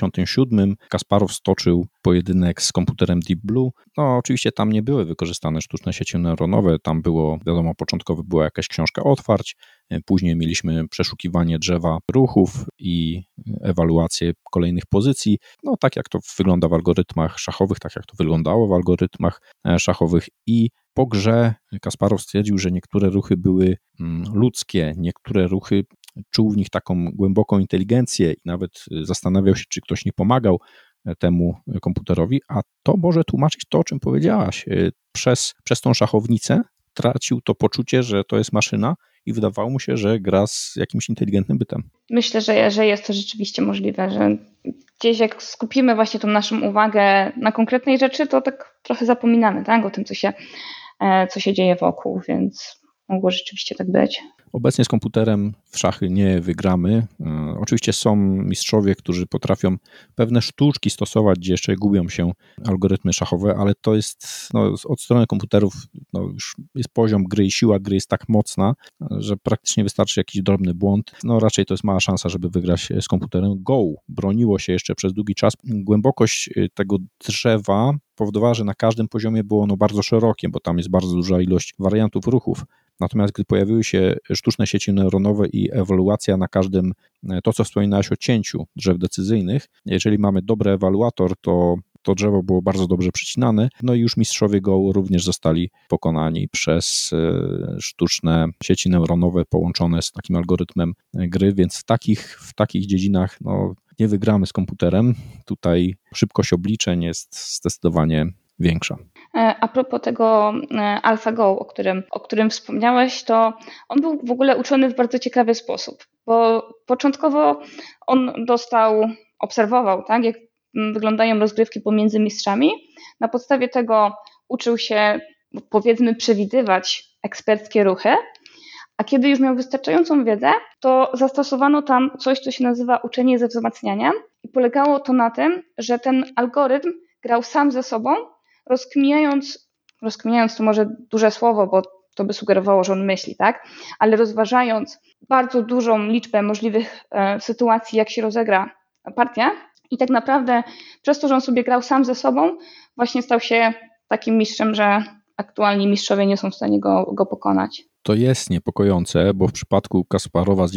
97 Kasparow stoczył pojedynek z komputerem Deep Blue. No oczywiście tam nie były wykorzystane sztuczne sieci neuronowe, tam było, wiadomo, początkowo była jakaś książka otwarć, później mieliśmy przeszukiwanie drzewa ruchów i ewaluację kolejnych pozycji. No tak jak to wygląda w algorytmach szachowych, tak jak to wyglądało w algorytmach szachowych i po grze Kasparow stwierdził, że niektóre ruchy były ludzkie, niektóre ruchy czuł w nich taką głęboką inteligencję i nawet zastanawiał się, czy ktoś nie pomagał temu komputerowi, a to może tłumaczyć to, o czym powiedziałaś. Przez tą szachownicę tracił to poczucie, że to jest maszyna i wydawało mu się, że gra z jakimś inteligentnym bytem. Myślę, że jest to rzeczywiście możliwe, że gdzieś jak skupimy właśnie tą naszą uwagę na konkretnej rzeczy, to tak trochę zapominamy, tak, o tym, co się dzieje wokół, więc mogło rzeczywiście tak być. Obecnie z komputerem w szachy nie wygramy. Oczywiście są mistrzowie, którzy potrafią pewne sztuczki stosować, gdzie jeszcze gubią się algorytmy szachowe, ale to jest od strony komputerów już jest poziom gry i siła gry jest tak mocna, że praktycznie wystarczy jakiś drobny błąd. Raczej to jest mała szansa, żeby wygrać z komputerem. Go broniło się jeszcze przez długi czas. Głębokość tego drzewa powodowała, że na każdym poziomie było ono bardzo szerokie, bo tam jest bardzo duża ilość wariantów ruchów. Natomiast gdy pojawiły się sztuczne sieci neuronowe i ewaluacja na każdym, to co wspominałeś o cięciu drzew decyzyjnych, jeżeli mamy dobry ewaluator, to drzewo było bardzo dobrze przycinane, no i już mistrzowie Go również zostali pokonani przez sztuczne sieci neuronowe połączone z takim algorytmem gry, więc w takich dziedzinach nie wygramy z komputerem. Tutaj szybkość obliczeń jest zdecydowanie większa. A propos tego AlphaGo, o którym wspomniałeś, to on był w ogóle uczony w bardzo ciekawy sposób, bo początkowo on obserwował, tak, jak wyglądają rozgrywki pomiędzy mistrzami. Na podstawie tego uczył się, powiedzmy, przewidywać eksperckie ruchy, a kiedy już miał wystarczającą wiedzę, to zastosowano tam coś, co się nazywa uczenie ze wzmacniania i polegało to na tym, że ten algorytm grał sam ze sobą, rozkminiając to może duże słowo, bo to by sugerowało, że on myśli, tak? Ale rozważając bardzo dużą liczbę możliwych sytuacji, jak się rozegra partia i tak naprawdę przez to, że on sobie grał sam ze sobą, właśnie stał się takim mistrzem, że aktualni mistrzowie nie są w stanie go pokonać. To jest niepokojące, bo w przypadku Kasparowa z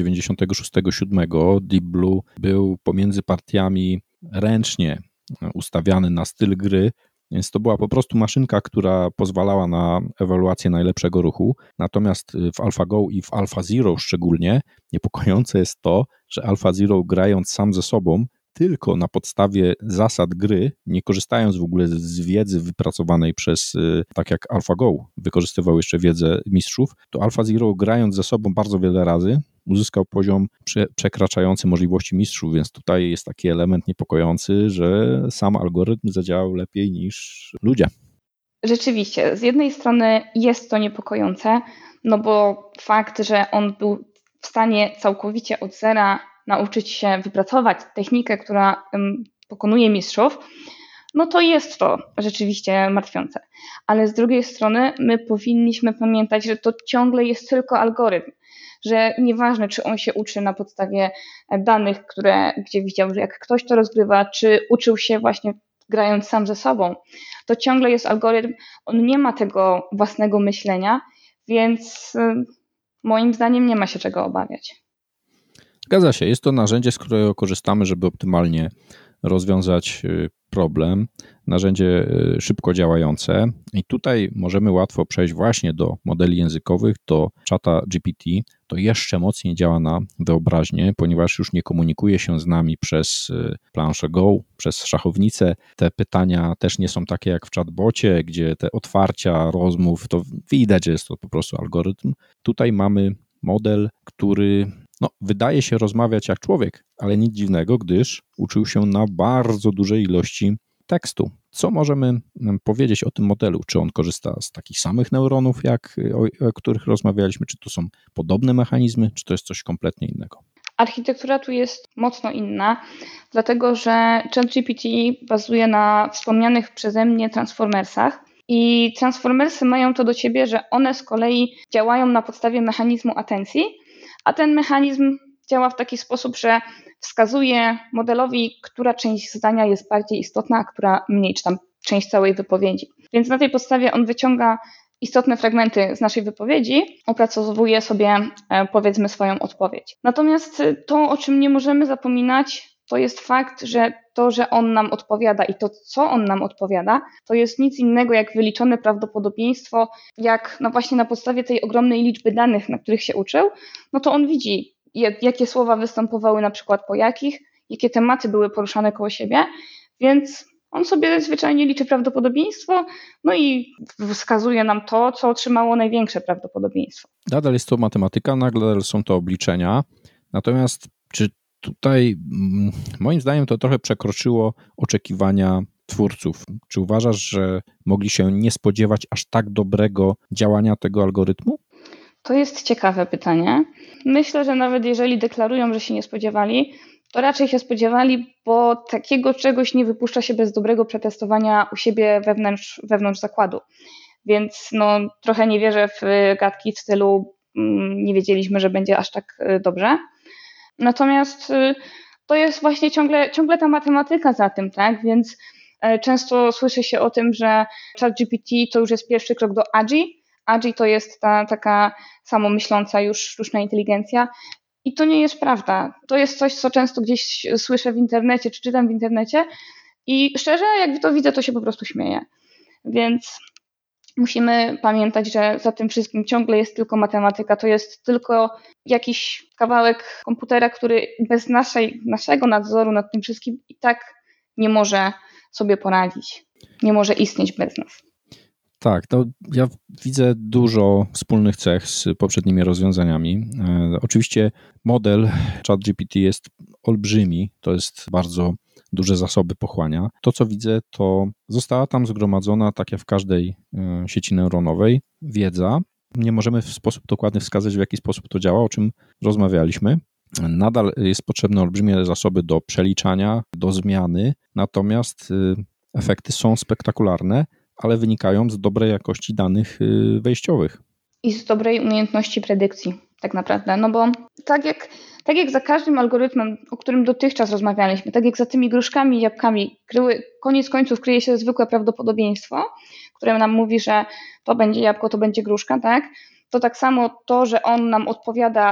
96-7 Deep Blue był pomiędzy partiami ręcznie ustawiany na styl gry, więc to była po prostu maszynka, która pozwalała na ewaluację najlepszego ruchu. Natomiast w AlphaGo i w AlphaZero szczególnie niepokojące jest to, że AlphaZero grając sam ze sobą tylko na podstawie zasad gry, nie korzystając w ogóle z wiedzy wypracowanej tak jak AlphaGo wykorzystywał jeszcze wiedzę mistrzów, to AlphaZero grając ze sobą bardzo wiele razy uzyskał poziom przekraczający możliwości mistrzów, więc tutaj jest taki element niepokojący, że sam algorytm zadziałał lepiej niż ludzie. Rzeczywiście, z jednej strony jest to niepokojące, no bo fakt, że on był w stanie całkowicie od zera nauczyć się wypracować technikę, która pokonuje mistrzów, no to jest to rzeczywiście martwiące. Ale z drugiej strony my powinniśmy pamiętać, że to ciągle jest tylko algorytm, że nieważne, czy on się uczy na podstawie danych, gdzie widział, że jak ktoś to rozgrywa, czy uczył się właśnie grając sam ze sobą, to ciągle jest algorytm, on nie ma tego własnego myślenia, więc moim zdaniem nie ma się czego obawiać. Zgadza się, jest to narzędzie, z którego korzystamy, żeby optymalnie rozwiązać problem, narzędzie szybko działające i tutaj możemy łatwo przejść właśnie do modeli językowych, do czata GPT. To jeszcze mocniej działa na wyobraźnię, ponieważ już nie komunikuje się z nami przez planszę Go, przez szachownicę. Te pytania też nie są takie jak w chatbocie, gdzie te otwarcia rozmów, to widać, że jest to po prostu algorytm. Tutaj mamy model, który wydaje się rozmawiać jak człowiek, ale nic dziwnego, gdyż uczył się na bardzo dużej ilości tekstu. Co możemy powiedzieć o tym modelu? Czy on korzysta z takich samych neuronów, o których rozmawialiśmy? Czy to są podobne mechanizmy? Czy to jest coś kompletnie innego? Architektura tu jest mocno inna, dlatego że ChatGPT bazuje na wspomnianych przeze mnie transformersach i transformersy mają to do siebie, że one z kolei działają na podstawie mechanizmu atencji, a ten mechanizm działa w taki sposób, że wskazuje modelowi, która część zdania jest bardziej istotna, a która mniej, czy tam część całej wypowiedzi. Więc na tej podstawie on wyciąga istotne fragmenty z naszej wypowiedzi, opracowuje sobie, powiedzmy, swoją odpowiedź. Natomiast to, o czym nie możemy zapominać, to jest fakt, że to, że on nam odpowiada i to, co on nam odpowiada, to jest nic innego jak wyliczone prawdopodobieństwo, jak właśnie na podstawie tej ogromnej liczby danych, na których się uczył, no to on widzi, jakie słowa występowały na przykład po jakich, jakie tematy były poruszane koło siebie, więc on sobie zwyczajnie liczy prawdopodobieństwo, no i wskazuje nam to, co otrzymało największe prawdopodobieństwo. Nadal jest to matematyka, nadal są to obliczenia, natomiast czy tutaj moim zdaniem to trochę przekroczyło oczekiwania twórców. Czy uważasz, że mogli się nie spodziewać aż tak dobrego działania tego algorytmu? To jest ciekawe pytanie. Myślę, że nawet jeżeli deklarują, że się nie spodziewali, to raczej się spodziewali, bo takiego czegoś nie wypuszcza się bez dobrego przetestowania u siebie wewnątrz zakładu. Więc trochę nie wierzę w gadki w stylu nie wiedzieliśmy, że będzie aż tak dobrze. Natomiast to jest właśnie ciągle ta matematyka za tym, tak? Więc często słyszy się o tym, że ChatGPT to już jest pierwszy krok do AGI. AGI to jest ta taka samomyśląca już sztuczna inteligencja. I to nie jest prawda. To jest coś, co często gdzieś słyszę w internecie, czy czytam w internecie i szczerze, jak to widzę, to się po prostu śmieję. Więc musimy pamiętać, że za tym wszystkim ciągle jest tylko matematyka, to jest tylko jakiś kawałek komputera, który bez naszego nadzoru nad tym wszystkim i tak nie może sobie poradzić, nie może istnieć bez nas. Tak, ja widzę dużo wspólnych cech z poprzednimi rozwiązaniami. Oczywiście model ChatGPT jest olbrzymi, to jest bardzo duże zasoby pochłania. To, co widzę, to została tam zgromadzona, tak jak w każdej sieci neuronowej, wiedza. Nie możemy w sposób dokładny wskazać, w jaki sposób to działa, o czym rozmawialiśmy. Nadal jest potrzebne olbrzymie zasoby do przeliczania, do zmiany, natomiast efekty są spektakularne, ale wynikają z dobrej jakości danych wejściowych. I z dobrej umiejętności predykcji, tak naprawdę. No bo tak jak za każdym algorytmem, o którym dotychczas rozmawialiśmy, tak jak za tymi gruszkami i jabłkami, koniec końców kryje się zwykłe prawdopodobieństwo, które nam mówi, że to będzie jabłko, to będzie gruszka, tak? To tak samo to, że on nam odpowiada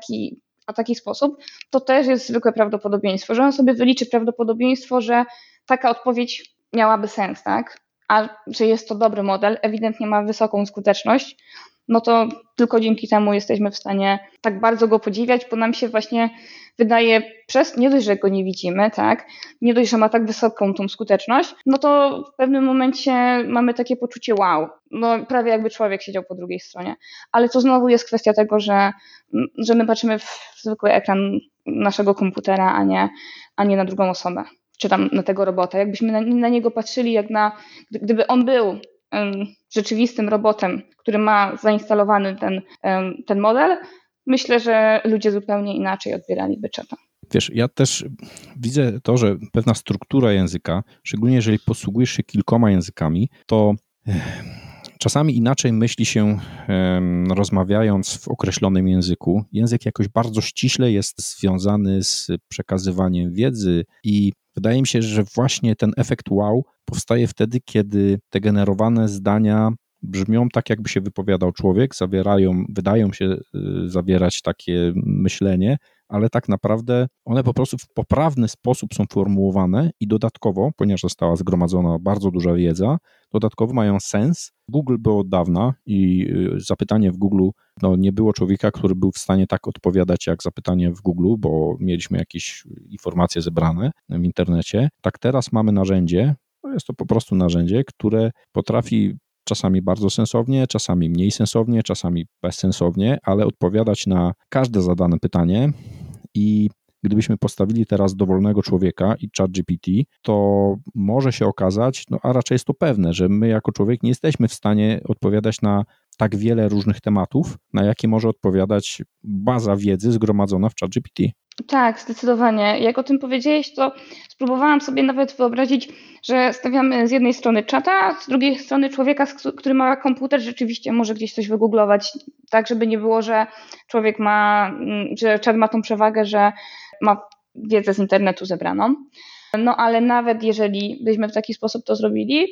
w taki sposób, to też jest zwykłe prawdopodobieństwo, że on sobie wyliczy prawdopodobieństwo, że taka odpowiedź miałaby sens, tak? A że jest to dobry model, ewidentnie ma wysoką skuteczność, no to tylko dzięki temu jesteśmy w stanie tak bardzo go podziwiać, bo nam się właśnie wydaje, nie dość, że go nie widzimy, tak, nie dość, że ma tak wysoką tą skuteczność, no to w pewnym momencie mamy takie poczucie wow, no prawie jakby człowiek siedział po drugiej stronie. Ale to znowu jest kwestia tego, że my patrzymy w zwykły ekran naszego komputera, a nie na drugą osobę, czy tam na tego robota. Jakbyśmy na niego patrzyli, gdyby on był rzeczywistym robotem, który ma zainstalowany ten model, myślę, że ludzie zupełnie inaczej odbieraliby czata. Wiesz, ja też widzę to, że pewna struktura języka, szczególnie jeżeli posługujesz się kilkoma językami, to czasami inaczej myśli się rozmawiając w określonym języku. Język jakoś bardzo ściśle jest związany z przekazywaniem wiedzy i wydaje mi się, że właśnie ten efekt wow powstaje wtedy, kiedy te generowane zdania brzmią tak, jakby się wypowiadał człowiek, wydają się zawierać takie myślenie, ale tak naprawdę one po prostu w poprawny sposób są formułowane i dodatkowo, ponieważ została zgromadzona bardzo duża wiedza, dodatkowo mają sens. Google było od dawna i zapytanie w Google, no nie było człowieka, który był w stanie tak odpowiadać jak zapytanie w Google, bo mieliśmy jakieś informacje zebrane w internecie. Tak teraz mamy narzędzie, jest to po prostu narzędzie, które potrafi czasami bardzo sensownie, czasami mniej sensownie, czasami bezsensownie, ale odpowiadać na każde zadane pytanie i gdybyśmy postawili teraz dowolnego człowieka i ChatGPT, to może się okazać, no a raczej jest to pewne, że my jako człowiek nie jesteśmy w stanie odpowiadać na tak wiele różnych tematów, na jakie może odpowiadać baza wiedzy zgromadzona w ChatGPT. Tak, zdecydowanie. Jak o tym powiedziałeś, to spróbowałam sobie nawet wyobrazić, że stawiamy z jednej strony czata, z drugiej strony człowieka, który ma komputer, rzeczywiście może gdzieś coś wygooglować, tak żeby nie było, że że czat ma tą przewagę, że ma wiedzę z internetu zebraną. No ale nawet jeżeli byśmy w taki sposób to zrobili,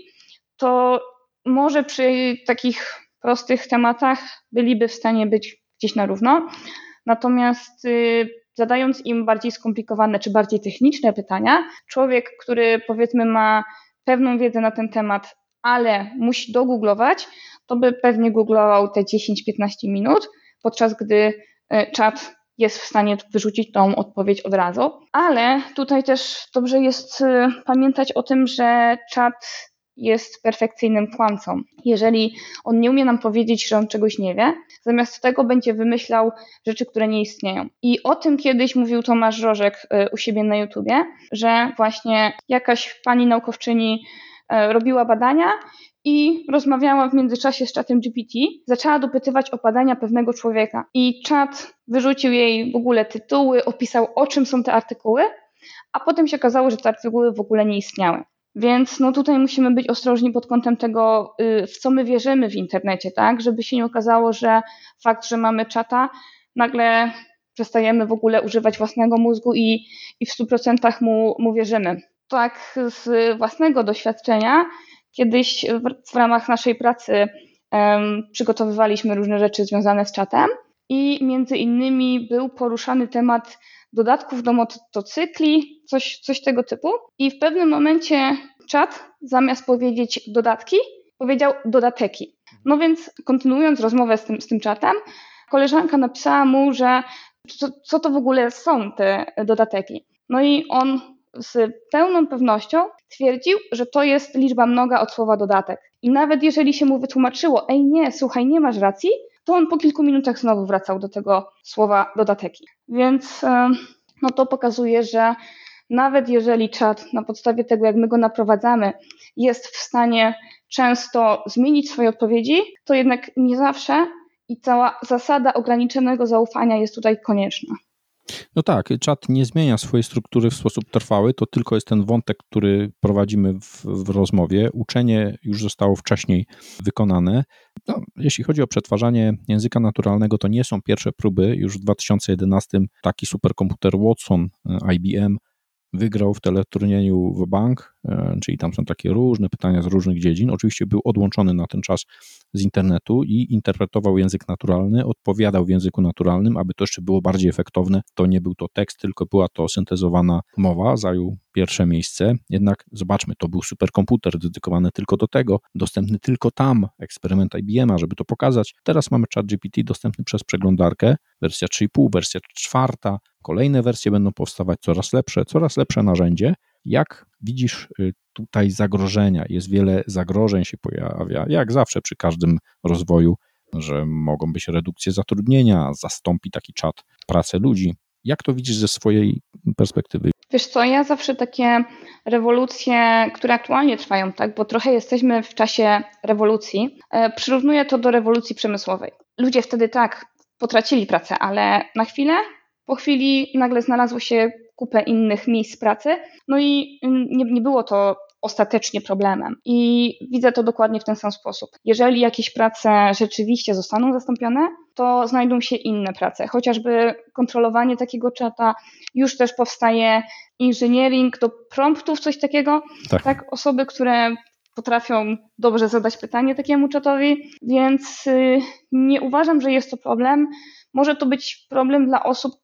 to może przy takich prostych tematach byliby w stanie być gdzieś na równo. Natomiast zadając im bardziej skomplikowane czy bardziej techniczne pytania, człowiek, który powiedzmy ma pewną wiedzę na ten temat, ale musi dogooglować, to by pewnie googlował te 10-15 minut, podczas gdy czat jest w stanie wyrzucić tą odpowiedź od razu. Ale tutaj też dobrze jest pamiętać o tym, że czat jest perfekcyjnym kłamcą. Jeżeli on nie umie nam powiedzieć, że on czegoś nie wie, zamiast tego będzie wymyślał rzeczy, które nie istnieją. I o tym kiedyś mówił Tomasz Rożek u siebie na YouTubie, że właśnie jakaś pani naukowczyni robiła badania i rozmawiała w międzyczasie z czatem GPT, zaczęła dopytywać o badania pewnego człowieka i czat wyrzucił jej w ogóle tytuły, opisał o czym są te artykuły, a potem się okazało, że te artykuły w ogóle nie istniały. Więc no tutaj musimy być ostrożni pod kątem tego, w co my wierzymy w internecie, tak? Żeby się nie okazało, że fakt, że mamy czata, nagle przestajemy w ogóle używać własnego mózgu i w 100% mu wierzymy. Tak z własnego doświadczenia, kiedyś w ramach naszej pracy przygotowywaliśmy różne rzeczy związane z czatem i między innymi był poruszany temat dodatków do motocykli, coś tego typu. I w pewnym momencie czat zamiast powiedzieć dodatki, powiedział dodateki. No więc kontynuując rozmowę z tym czatem, koleżanka napisała mu, że co to w ogóle są te dodateki. No i on z pełną pewnością twierdził, że to jest liczba mnoga od słowa dodatek. I nawet jeżeli się mu wytłumaczyło, nie, słuchaj, nie masz racji, to on po kilku minutach znowu wracał do tego słowa dodateki. Więc no to pokazuje, że nawet jeżeli czat na podstawie tego, jak my go naprowadzamy, jest w stanie często zmienić swoje odpowiedzi, to jednak nie zawsze i cała zasada ograniczonego zaufania jest tutaj konieczna. No tak, czat nie zmienia swojej struktury w sposób trwały, to tylko jest ten wątek, który prowadzimy w rozmowie. Uczenie już zostało wcześniej wykonane. No, jeśli chodzi o przetwarzanie języka naturalnego, to nie są pierwsze próby. Już w 2011 taki superkomputer Watson IBM wygrał w teleturnieju w bank czyli tam są takie różne pytania z różnych dziedzin. Oczywiście był odłączony na ten czas z internetu i interpretował język naturalny, odpowiadał w języku naturalnym, aby to jeszcze było bardziej efektowne. To nie był to tekst, tylko była to syntezowana mowa, zajął pierwsze miejsce. Jednak zobaczmy, to był superkomputer dedykowany tylko do tego, dostępny tylko tam, eksperyment IBM-a, żeby to pokazać. Teraz mamy ChatGPT dostępny przez przeglądarkę, wersja 3,5, wersja 4, kolejne wersje będą powstawać coraz lepsze narzędzie. Jak widzisz tutaj zagrożenia? Jest wiele zagrożeń się pojawia, jak zawsze przy każdym rozwoju, że mogą być redukcje zatrudnienia, zastąpi taki czat pracę ludzi. Jak to widzisz ze swojej perspektywy? Wiesz co, ja zawsze takie rewolucje, które aktualnie trwają, tak, bo trochę jesteśmy w czasie rewolucji, przyrównuję to do rewolucji przemysłowej. Ludzie wtedy tak potracili pracę, ale na chwilę, po chwili nagle znalazło się kupę innych miejsc pracy, no i nie było to ostatecznie problemem. I widzę to dokładnie w ten sam sposób. Jeżeli jakieś prace rzeczywiście zostaną zastąpione, to znajdą się inne prace. Chociażby kontrolowanie takiego czata, już też powstaje engineering do promptów, coś takiego. Tak, osoby, które potrafią dobrze zadać pytanie takiemu czatowi, więc nie uważam, że jest to problem. Może to być problem dla osób,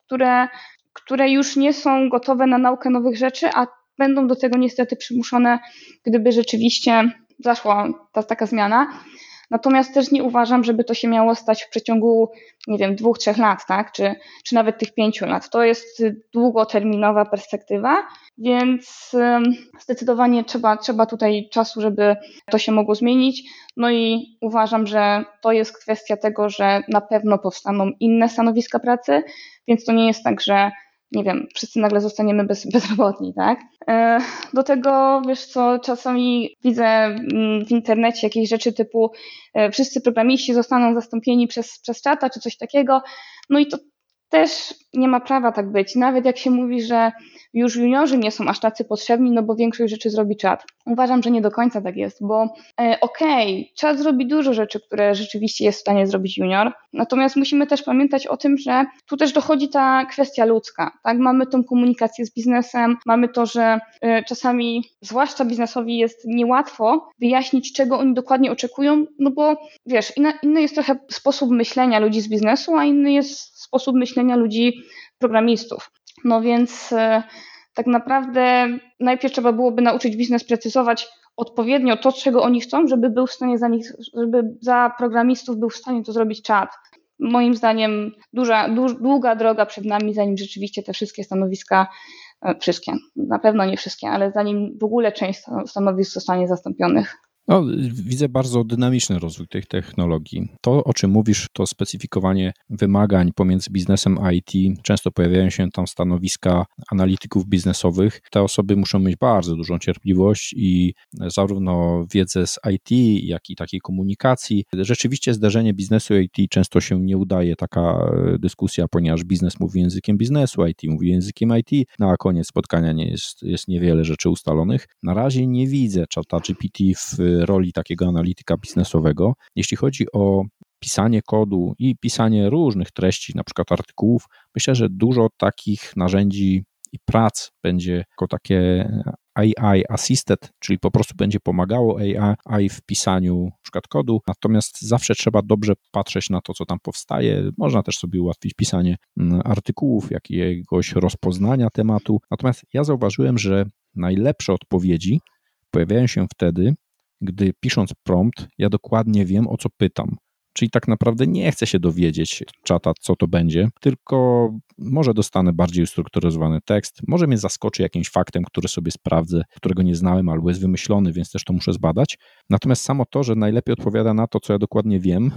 które już nie są gotowe na naukę nowych rzeczy, a będą do tego niestety przymuszone, gdyby rzeczywiście zaszła taka zmiana. Natomiast też nie uważam, żeby to się miało stać w przeciągu, 2-3 lat, tak? Czy nawet tych 5 lat. To jest długoterminowa perspektywa, więc zdecydowanie trzeba tutaj czasu, żeby to się mogło zmienić. No i uważam, że to jest kwestia tego, że na pewno powstaną inne stanowiska pracy, więc to nie jest tak, że wszyscy nagle zostaniemy bezrobotni, tak? Do tego, wiesz co, czasami widzę w internecie jakieś rzeczy typu wszyscy programiści zostaną zastąpieni przez czata czy coś takiego, no i to też nie ma prawa tak być. Nawet jak się mówi, że już juniorzy nie są aż tacy potrzebni, no bo większość rzeczy zrobi czat. Uważam, że nie do końca tak jest, bo czat zrobi dużo rzeczy, które rzeczywiście jest w stanie zrobić junior, natomiast musimy też pamiętać o tym, że tu też dochodzi ta kwestia ludzka, tak? Mamy tą komunikację z biznesem, mamy to, że czasami, zwłaszcza biznesowi, jest niełatwo wyjaśnić, czego oni dokładnie oczekują, no bo wiesz, inny jest trochę sposób myślenia ludzi z biznesu, a inny jest sposób myślenia ludzi programistów. No więc tak naprawdę najpierw trzeba byłoby nauczyć biznes precyzować odpowiednio to, czego oni chcą, żeby był w stanie żeby za programistów był w stanie to zrobić czat. Moim zdaniem długa droga przed nami, zanim rzeczywiście te wszystkie stanowiska, na pewno nie wszystkie, ale zanim w ogóle część stanowisk zostanie zastąpionych. No, widzę bardzo dynamiczny rozwój tych technologii. To, o czym mówisz, to specyfikowanie wymagań pomiędzy biznesem a IT. Często pojawiają się tam stanowiska analityków biznesowych. Te osoby muszą mieć bardzo dużą cierpliwość i zarówno wiedzę z IT, jak i takiej komunikacji. Rzeczywiście zderzenie biznesu i IT często się nie udaje, taka dyskusja, ponieważ biznes mówi językiem biznesu, IT mówi językiem IT, no a koniec spotkania jest niewiele rzeczy ustalonych. Na razie nie widzę ChatGPT w roli takiego analityka biznesowego. Jeśli chodzi o pisanie kodu i pisanie różnych treści, na przykład artykułów, myślę, że dużo takich narzędzi i prac będzie jako takie AI assisted, czyli po prostu będzie pomagało AI w pisaniu na przykład kodu, natomiast zawsze trzeba dobrze patrzeć na to, co tam powstaje. Można też sobie ułatwić pisanie artykułów, jakiegoś rozpoznania tematu. Natomiast ja zauważyłem, że najlepsze odpowiedzi pojawiają się wtedy, gdy pisząc prompt, ja dokładnie wiem, o co pytam. Czyli tak naprawdę nie chcę się dowiedzieć czata, co to będzie, tylko może dostanę bardziej ustrukturyzowany tekst, może mnie zaskoczy jakimś faktem, który sobie sprawdzę, którego nie znałem albo jest wymyślony, więc też to muszę zbadać. Natomiast samo to, że najlepiej odpowiada na to, co ja dokładnie wiem,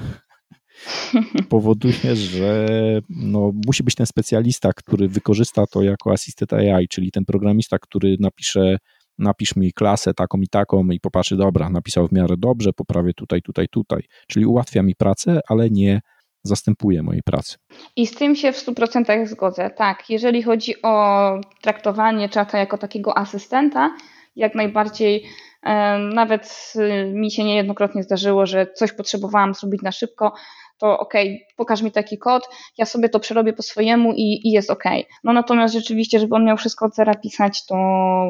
powoduje, że musi być ten specjalista, który wykorzysta to jako assisted AI, czyli ten programista, który napisz mi klasę taką i taką i popatrzy, dobra, napisał w miarę dobrze, poprawię tutaj. Czyli ułatwia mi pracę, ale nie zastępuje mojej pracy. I z tym się w 100% zgodzę. Tak, jeżeli chodzi o traktowanie czata jako takiego asystenta, jak najbardziej, nawet mi się niejednokrotnie zdarzyło, że coś potrzebowałam zrobić na szybko, to okej, pokaż mi taki kod, ja sobie to przerobię po swojemu i jest okej. No natomiast rzeczywiście, żeby on miał wszystko od zera pisać, to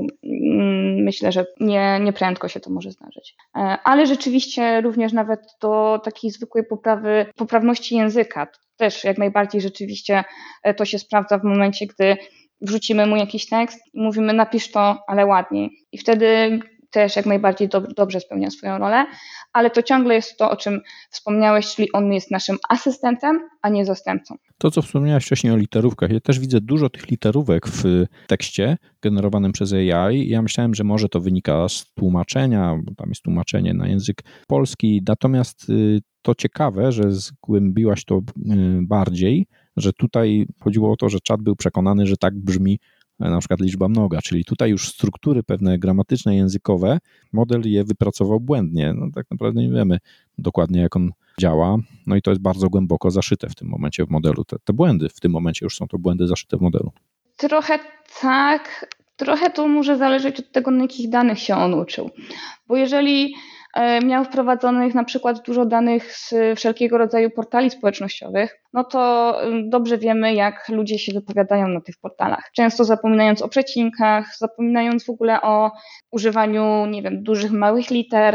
myślę, że nie prędko się to może zdarzyć. Ale rzeczywiście również nawet do takiej zwykłej poprawności języka, też jak najbardziej rzeczywiście to się sprawdza w momencie, gdy wrzucimy mu jakiś tekst i mówimy napisz to, ale ładniej. I wtedy też jak najbardziej dobrze spełnia swoją rolę, ale to ciągle jest to, o czym wspomniałeś, czyli on jest naszym asystentem, a nie zastępcą. To, co wspomniałeś wcześniej o literówkach, ja też widzę dużo tych literówek w tekście generowanym przez AI. Ja myślałem, że może to wynika z tłumaczenia, bo tam jest tłumaczenie na język polski, natomiast to ciekawe, że zgłębiłaś to bardziej, że tutaj chodziło o to, że czat był przekonany, że tak brzmi na przykład liczba mnoga, czyli tutaj już struktury pewne gramatyczne, językowe, model je wypracował błędnie. No tak naprawdę nie wiemy dokładnie, jak on działa, no i to jest bardzo głęboko zaszyte w tym momencie w modelu. Te błędy w tym momencie już są to błędy zaszyte w modelu. Trochę tak, trochę to może zależeć od tego, na jakich danych się on uczył, bo jeżeli miał wprowadzonych na przykład dużo danych z wszelkiego rodzaju portali społecznościowych, no to dobrze wiemy, jak ludzie się wypowiadają na tych portalach. Często zapominając o przecinkach, zapominając w ogóle o używaniu, nie wiem, dużych liter,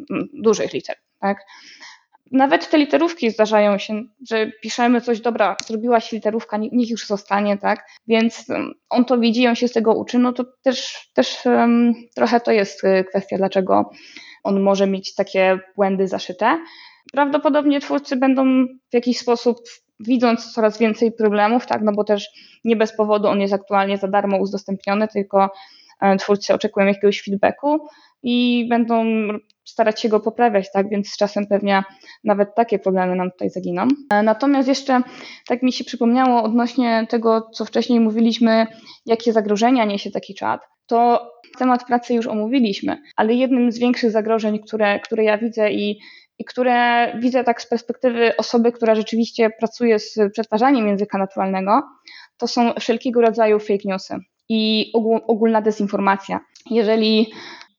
tak? Nawet te literówki zdarzają się, że piszemy coś, dobra, zrobiłaś literówka, niech już zostanie, tak? Więc on to widzi, on się z tego uczy, no to też trochę to jest kwestia, dlaczego on może mieć takie błędy zaszyte. Prawdopodobnie twórcy będą w jakiś sposób, widząc coraz więcej problemów, tak, no bo też nie bez powodu on jest aktualnie za darmo udostępniony, tylko twórcy oczekują jakiegoś feedbacku i będą starać się go poprawiać, tak, więc z czasem pewnie nawet takie problemy nam tutaj zaginą. Natomiast jeszcze tak mi się przypomniało odnośnie tego, co wcześniej mówiliśmy, jakie zagrożenia niesie taki czat, to temat pracy już omówiliśmy, ale jednym z większych zagrożeń, które ja widzę i które widzę tak z perspektywy osoby, która rzeczywiście pracuje z przetwarzaniem języka naturalnego, to są wszelkiego rodzaju fake newsy i ogólna dezinformacja. Jeżeli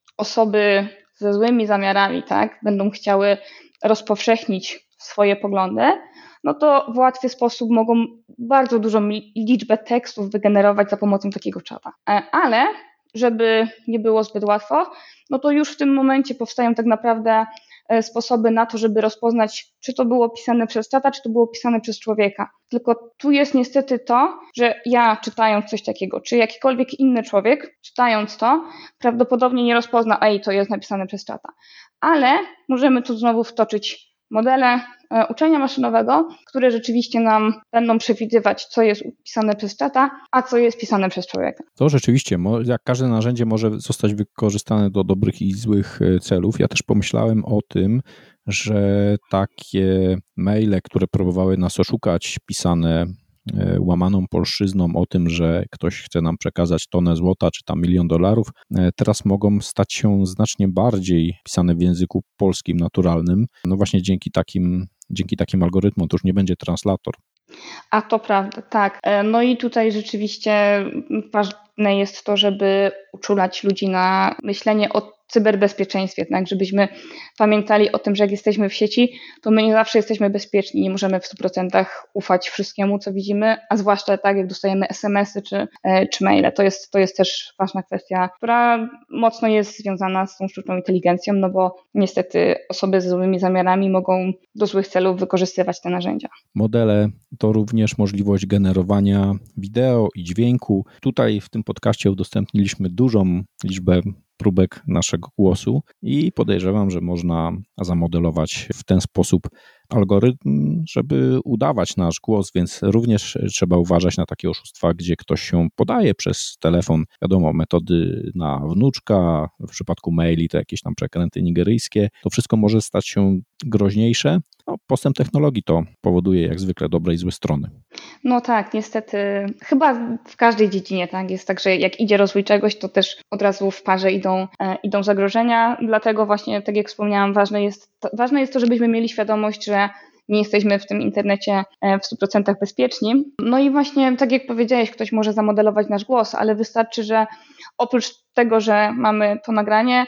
osoby ze złymi zamiarami, tak, będą chciały rozpowszechnić swoje poglądy, no to w łatwy sposób mogą bardzo dużą liczbę tekstów wygenerować za pomocą takiego czata. Ale żeby nie było zbyt łatwo, no to już w tym momencie powstają tak naprawdę sposoby na to, żeby rozpoznać, czy to było pisane przez czata, czy to było pisane przez człowieka. Tylko tu jest niestety to, że ja czytając coś takiego, czy jakikolwiek inny człowiek czytając to, prawdopodobnie nie rozpozna, to jest napisane przez czata. Ale możemy tu znowu wtoczyć modele uczenia maszynowego, które rzeczywiście nam będą przewidywać, co jest pisane przez czata, a co jest pisane przez człowieka. To rzeczywiście, jak każde narzędzie może zostać wykorzystane do dobrych i złych celów. Ja też pomyślałem o tym, że takie maile, które próbowały nas oszukać, pisane łamaną polszczyzną o tym, że ktoś chce nam przekazać tonę złota czy tam $1 milion, teraz mogą stać się znacznie bardziej pisane w języku polskim, naturalnym. No właśnie dzięki takim algorytmom to już nie będzie translator. A to prawda, tak. No i tutaj rzeczywiście ważne jest to, żeby uczulać ludzi na myślenie o cyberbezpieczeństwie, tak, żebyśmy pamiętali o tym, że jak jesteśmy w sieci, to my nie zawsze jesteśmy bezpieczni, nie możemy w 100% ufać wszystkiemu, co widzimy, a zwłaszcza tak, jak dostajemy SMS-y czy maile. To jest też ważna kwestia, która mocno jest związana z tą sztuczną inteligencją, no bo niestety osoby z złymi zamiarami mogą do złych celów wykorzystywać te narzędzia. Modele to również możliwość generowania wideo i dźwięku. Tutaj w tym podcaście udostępniliśmy dużą liczbę próbek naszego głosu i podejrzewam, że można zamodelować w ten sposób algorytm, żeby udawać nasz głos, więc również trzeba uważać na takie oszustwa, gdzie ktoś się podaje przez telefon. Wiadomo, metody na wnuczka, w przypadku maili to jakieś tam przekręty nigeryjskie. To wszystko może stać się groźniejsze. No, postęp technologii to powoduje jak zwykle dobre i złe strony. No tak, niestety chyba w każdej dziedzinie tak jest tak, że jak idzie rozwój czegoś, to też od razu w parze idą zagrożenia, dlatego właśnie, tak jak wspomniałam, ważne jest to, żebyśmy mieli świadomość, że nie jesteśmy w tym internecie w 100% bezpieczni. No i właśnie, tak jak powiedziałeś, ktoś może zamodelować nasz głos, ale wystarczy, że oprócz tego, że mamy to nagranie,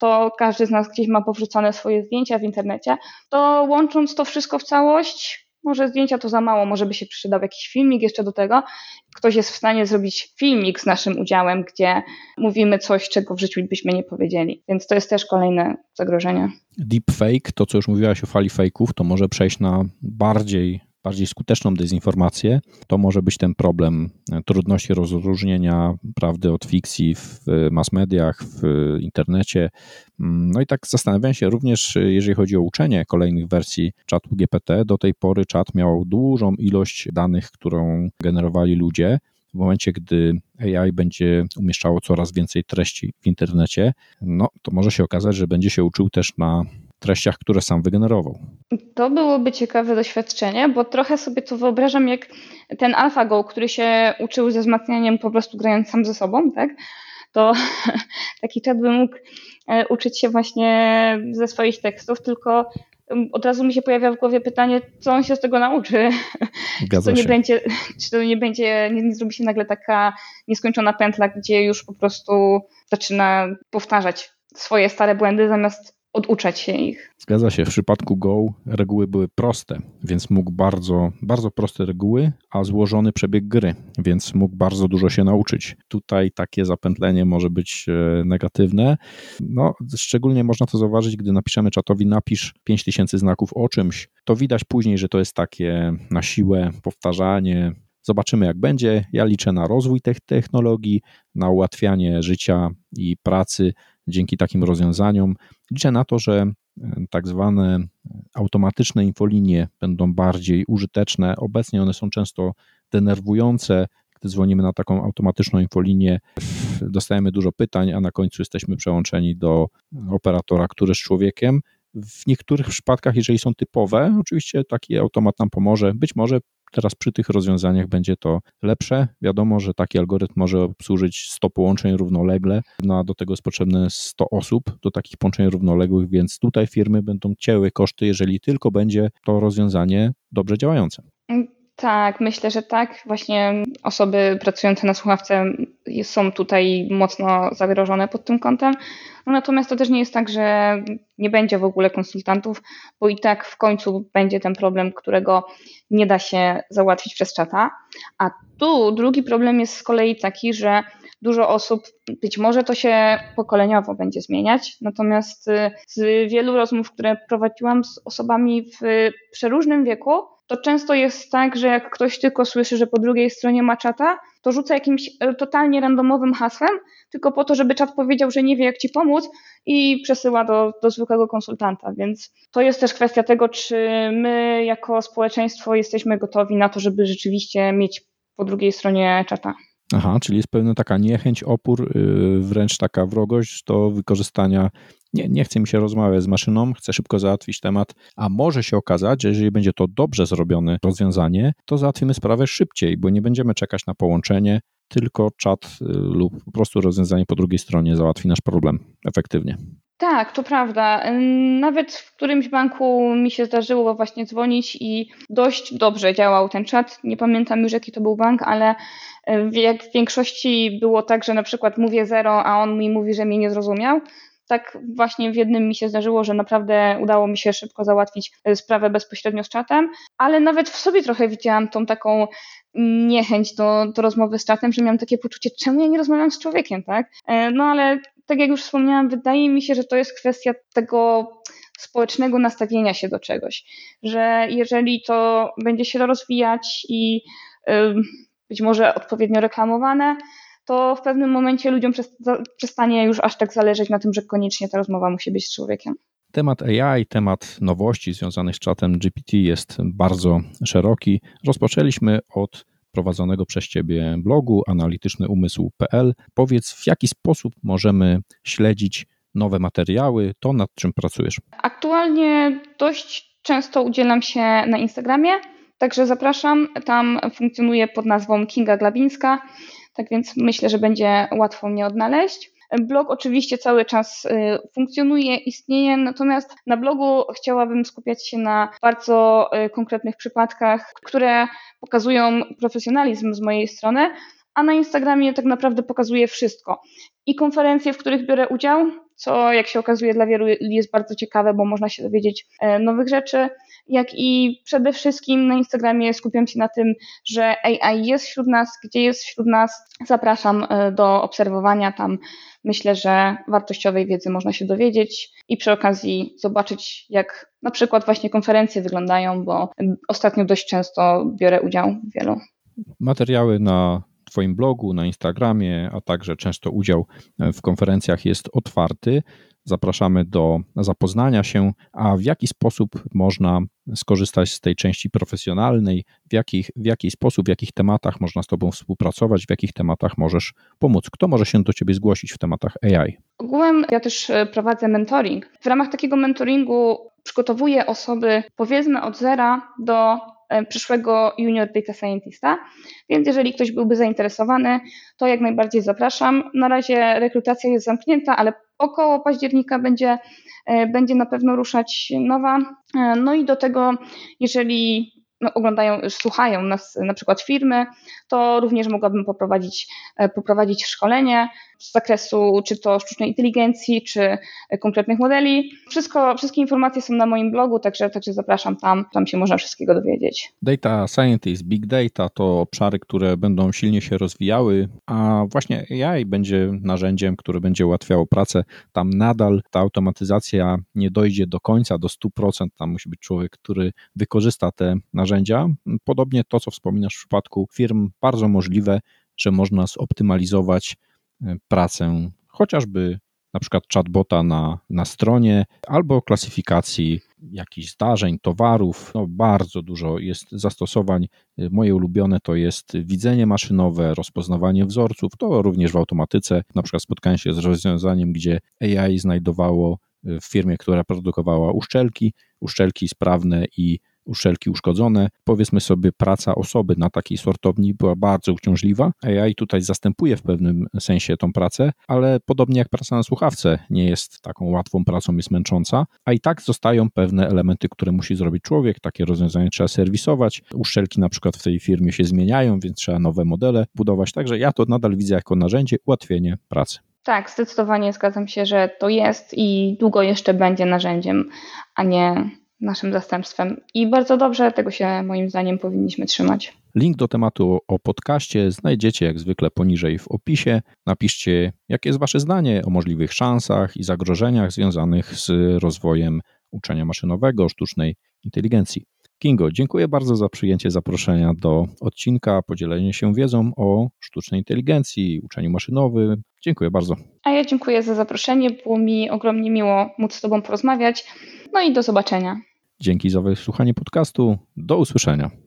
to każdy z nas gdzieś ma powrzucane swoje zdjęcia w internecie, to łącząc to wszystko w całość, może zdjęcia to za mało, może by się przydał jakiś filmik jeszcze do tego. Ktoś jest w stanie zrobić filmik z naszym udziałem, gdzie mówimy coś, czego w życiu byśmy nie powiedzieli. Więc to jest też kolejne zagrożenie. Deepfake, to co już mówiłaś o fali fejków, to może przejść na bardziej skuteczną dezinformację. To może być ten problem trudności rozróżnienia prawdy od fikcji w mass mediach, w internecie. No i tak zastanawiam się również, jeżeli chodzi o uczenie kolejnych wersji czatu GPT. Do tej pory czat miał dużą ilość danych, którą generowali ludzie. W momencie, gdy AI będzie umieszczało coraz więcej treści w internecie, no to może się okazać, że będzie się uczył też na treściach, które sam wygenerował. To byłoby ciekawe doświadczenie, bo trochę sobie to wyobrażam jak ten AlphaGo, który się uczył ze wzmacnianiem po prostu grając sam ze sobą, tak? To taki czat by mógł uczyć się właśnie ze swoich tekstów, tylko od razu mi się pojawia w głowie pytanie, co on się z tego nauczy. Nie zrobi się nagle taka nieskończona pętla, gdzie już po prostu zaczyna powtarzać swoje stare błędy zamiast oduczać się ich. Zgadza się. W przypadku Go reguły były proste, więc mógł bardzo proste reguły, a złożony przebieg gry, więc mógł bardzo dużo się nauczyć. Tutaj takie zapętlenie może być negatywne. No, szczególnie można to zauważyć, gdy napiszemy czatowi napisz 5000 znaków o czymś, to widać później, że to jest takie na siłę powtarzanie. Zobaczymy jak będzie. Ja liczę na rozwój tych technologii, na ułatwianie życia i pracy dzięki takim rozwiązaniom. Liczę na to, że tak zwane automatyczne infolinie będą bardziej użyteczne. Obecnie one są często denerwujące. Gdy dzwonimy na taką automatyczną infolinię, dostajemy dużo pytań, a na końcu jesteśmy przełączeni do operatora, który jest człowiekiem. W niektórych przypadkach, jeżeli są typowe, oczywiście taki automat nam pomoże. Być może teraz przy tych rozwiązaniach będzie to lepsze. Wiadomo, że taki algorytm może obsłużyć 100 połączeń równolegle, no a do tego jest potrzebne 100 osób do takich połączeń równoległych, więc tutaj firmy będą cięły koszty, jeżeli tylko będzie to rozwiązanie dobrze działające. Tak, myślę, że tak. Właśnie osoby pracujące na słuchawce są tutaj mocno zagrożone pod tym kątem. No natomiast to też nie jest tak, że nie będzie w ogóle konsultantów, bo i tak w końcu będzie ten problem, którego nie da się załatwić przez czata. A tu drugi problem jest z kolei taki, że dużo osób, być może to się pokoleniowo będzie zmieniać, natomiast z wielu rozmów, które prowadziłam z osobami w przeróżnym wieku, to często jest tak, że jak ktoś tylko słyszy, że po drugiej stronie ma czata, to rzuca jakimś totalnie randomowym hasłem, tylko po to, żeby czat powiedział, że nie wie jak ci pomóc i przesyła do zwykłego konsultanta. Więc to jest też kwestia tego, czy my jako społeczeństwo jesteśmy gotowi na to, żeby rzeczywiście mieć po drugiej stronie czata. Aha, czyli jest pewna taka niechęć, opór, wręcz taka wrogość do wykorzystania. Nie chce mi się rozmawiać z maszyną, chcę szybko załatwić temat, a może się okazać, że jeżeli będzie to dobrze zrobione rozwiązanie, to załatwimy sprawę szybciej, bo nie będziemy czekać na połączenie, tylko czat lub po prostu rozwiązanie po drugiej stronie załatwi nasz problem efektywnie. Tak, to prawda. Nawet w którymś banku mi się zdarzyło właśnie dzwonić i dość dobrze działał ten czat. Nie pamiętam już jaki to był bank, ale jak w większości było tak, że na przykład mówię 0, a on mi mówi, że mnie nie zrozumiał. Tak właśnie w jednym mi się zdarzyło, że naprawdę udało mi się szybko załatwić sprawę bezpośrednio z czatem, ale nawet w sobie trochę widziałam tą taką niechęć do rozmowy z czatem, że miałam takie poczucie, czemu ja nie rozmawiam z człowiekiem, tak? No ale tak jak już wspomniałam, wydaje mi się, że to jest kwestia tego społecznego nastawienia się do czegoś, że jeżeli to będzie się rozwijać i być może odpowiednio reklamowane, to w pewnym momencie ludziom przestanie już aż tak zależeć na tym, że koniecznie ta rozmowa musi być z człowiekiem. Temat AI, temat nowości związanych z czatem GPT jest bardzo szeroki. Rozpoczęliśmy od prowadzonego przez Ciebie blogu analitycznyumysł.pl. Powiedz, w jaki sposób możemy śledzić nowe materiały, to nad czym pracujesz? Aktualnie dość często udzielam się na Instagramie, także zapraszam. Tam funkcjonuję pod nazwą Kinga Glabińska, tak więc myślę, że będzie łatwo mnie odnaleźć. Blog oczywiście cały czas funkcjonuje, istnieje, natomiast na blogu chciałabym skupiać się na bardzo konkretnych przypadkach, które pokazują profesjonalizm z mojej strony, a na Instagramie tak naprawdę pokazuję wszystko. I konferencje, w których biorę udział, co jak się okazuje dla wielu jest bardzo ciekawe, bo można się dowiedzieć nowych rzeczy, jak i przede wszystkim na Instagramie skupiam się na tym, że AI jest wśród nas, gdzie jest wśród nas. Zapraszam do obserwowania tam. Myślę, że wartościowej wiedzy można się dowiedzieć i przy okazji zobaczyć, jak na przykład właśnie konferencje wyglądają, bo ostatnio dość często biorę udział w wielu. Materiały na Twoim blogu, na Instagramie, a także często udział w konferencjach jest otwarty. Zapraszamy do zapoznania się, a w jaki sposób można skorzystać z tej części profesjonalnej, w jaki sposób, w jakich tematach można z Tobą współpracować, w jakich tematach możesz pomóc. Kto może się do Ciebie zgłosić w tematach AI? Ogółem ja też prowadzę mentoring. W ramach takiego mentoringu przygotowuję osoby powiedzmy od zera do przyszłego junior data scientista, więc jeżeli ktoś byłby zainteresowany, to jak najbardziej zapraszam. Na razie rekrutacja jest zamknięta, ale około października będzie na pewno ruszać nowa. No i do tego, jeżeli słuchają nas na przykład firmy, to również mogłabym poprowadzić szkolenie z zakresu czy to sztucznej inteligencji, czy konkretnych modeli. Wszystkie informacje są na moim blogu, także zapraszam tam się można wszystkiego dowiedzieć. Data scientist, big data to obszary, które będą silnie się rozwijały, a właśnie AI będzie narzędziem, które będzie ułatwiało pracę. Tam nadal ta automatyzacja nie dojdzie do końca, do 100%. Tam musi być człowiek, który wykorzysta te narzędzia. Podobnie to, co wspominasz w przypadku firm, bardzo możliwe, że można zoptymalizować pracę chociażby na przykład chatbota na stronie albo klasyfikacji jakichś zdarzeń, towarów. No, bardzo dużo jest zastosowań. Moje ulubione to jest widzenie maszynowe, rozpoznawanie wzorców, to również w automatyce. Na przykład spotkałem się z rozwiązaniem, gdzie AI znajdowało w firmie, która produkowała uszczelki sprawne i uszczelki uszkodzone. Powiedzmy sobie, praca osoby na takiej sortowni była bardzo uciążliwa. AI tutaj zastępuje w pewnym sensie tą pracę, ale podobnie jak praca na słuchawce nie jest taką łatwą pracą, jest męcząca, a i tak zostają pewne elementy, które musi zrobić człowiek. Takie rozwiązanie trzeba serwisować. Uszczelki na przykład w tej firmie się zmieniają, więc trzeba nowe modele budować. Także ja to nadal widzę jako narzędzie, ułatwienie pracy. Tak, zdecydowanie zgadzam się, że to jest i długo jeszcze będzie narzędziem, a nie naszym zastępstwem. I bardzo dobrze, tego się moim zdaniem powinniśmy trzymać. Link do tematu o podcaście znajdziecie jak zwykle poniżej w opisie. Napiszcie, jakie jest Wasze zdanie o możliwych szansach i zagrożeniach związanych z rozwojem uczenia maszynowego, sztucznej inteligencji. Kingo, dziękuję bardzo za przyjęcie zaproszenia do odcinka, podzielenie się wiedzą o sztucznej inteligencji, uczeniu maszynowym. Dziękuję bardzo. A ja dziękuję za zaproszenie, było mi ogromnie miło móc z Tobą porozmawiać. No i do zobaczenia. Dzięki za wysłuchanie podcastu. Do usłyszenia.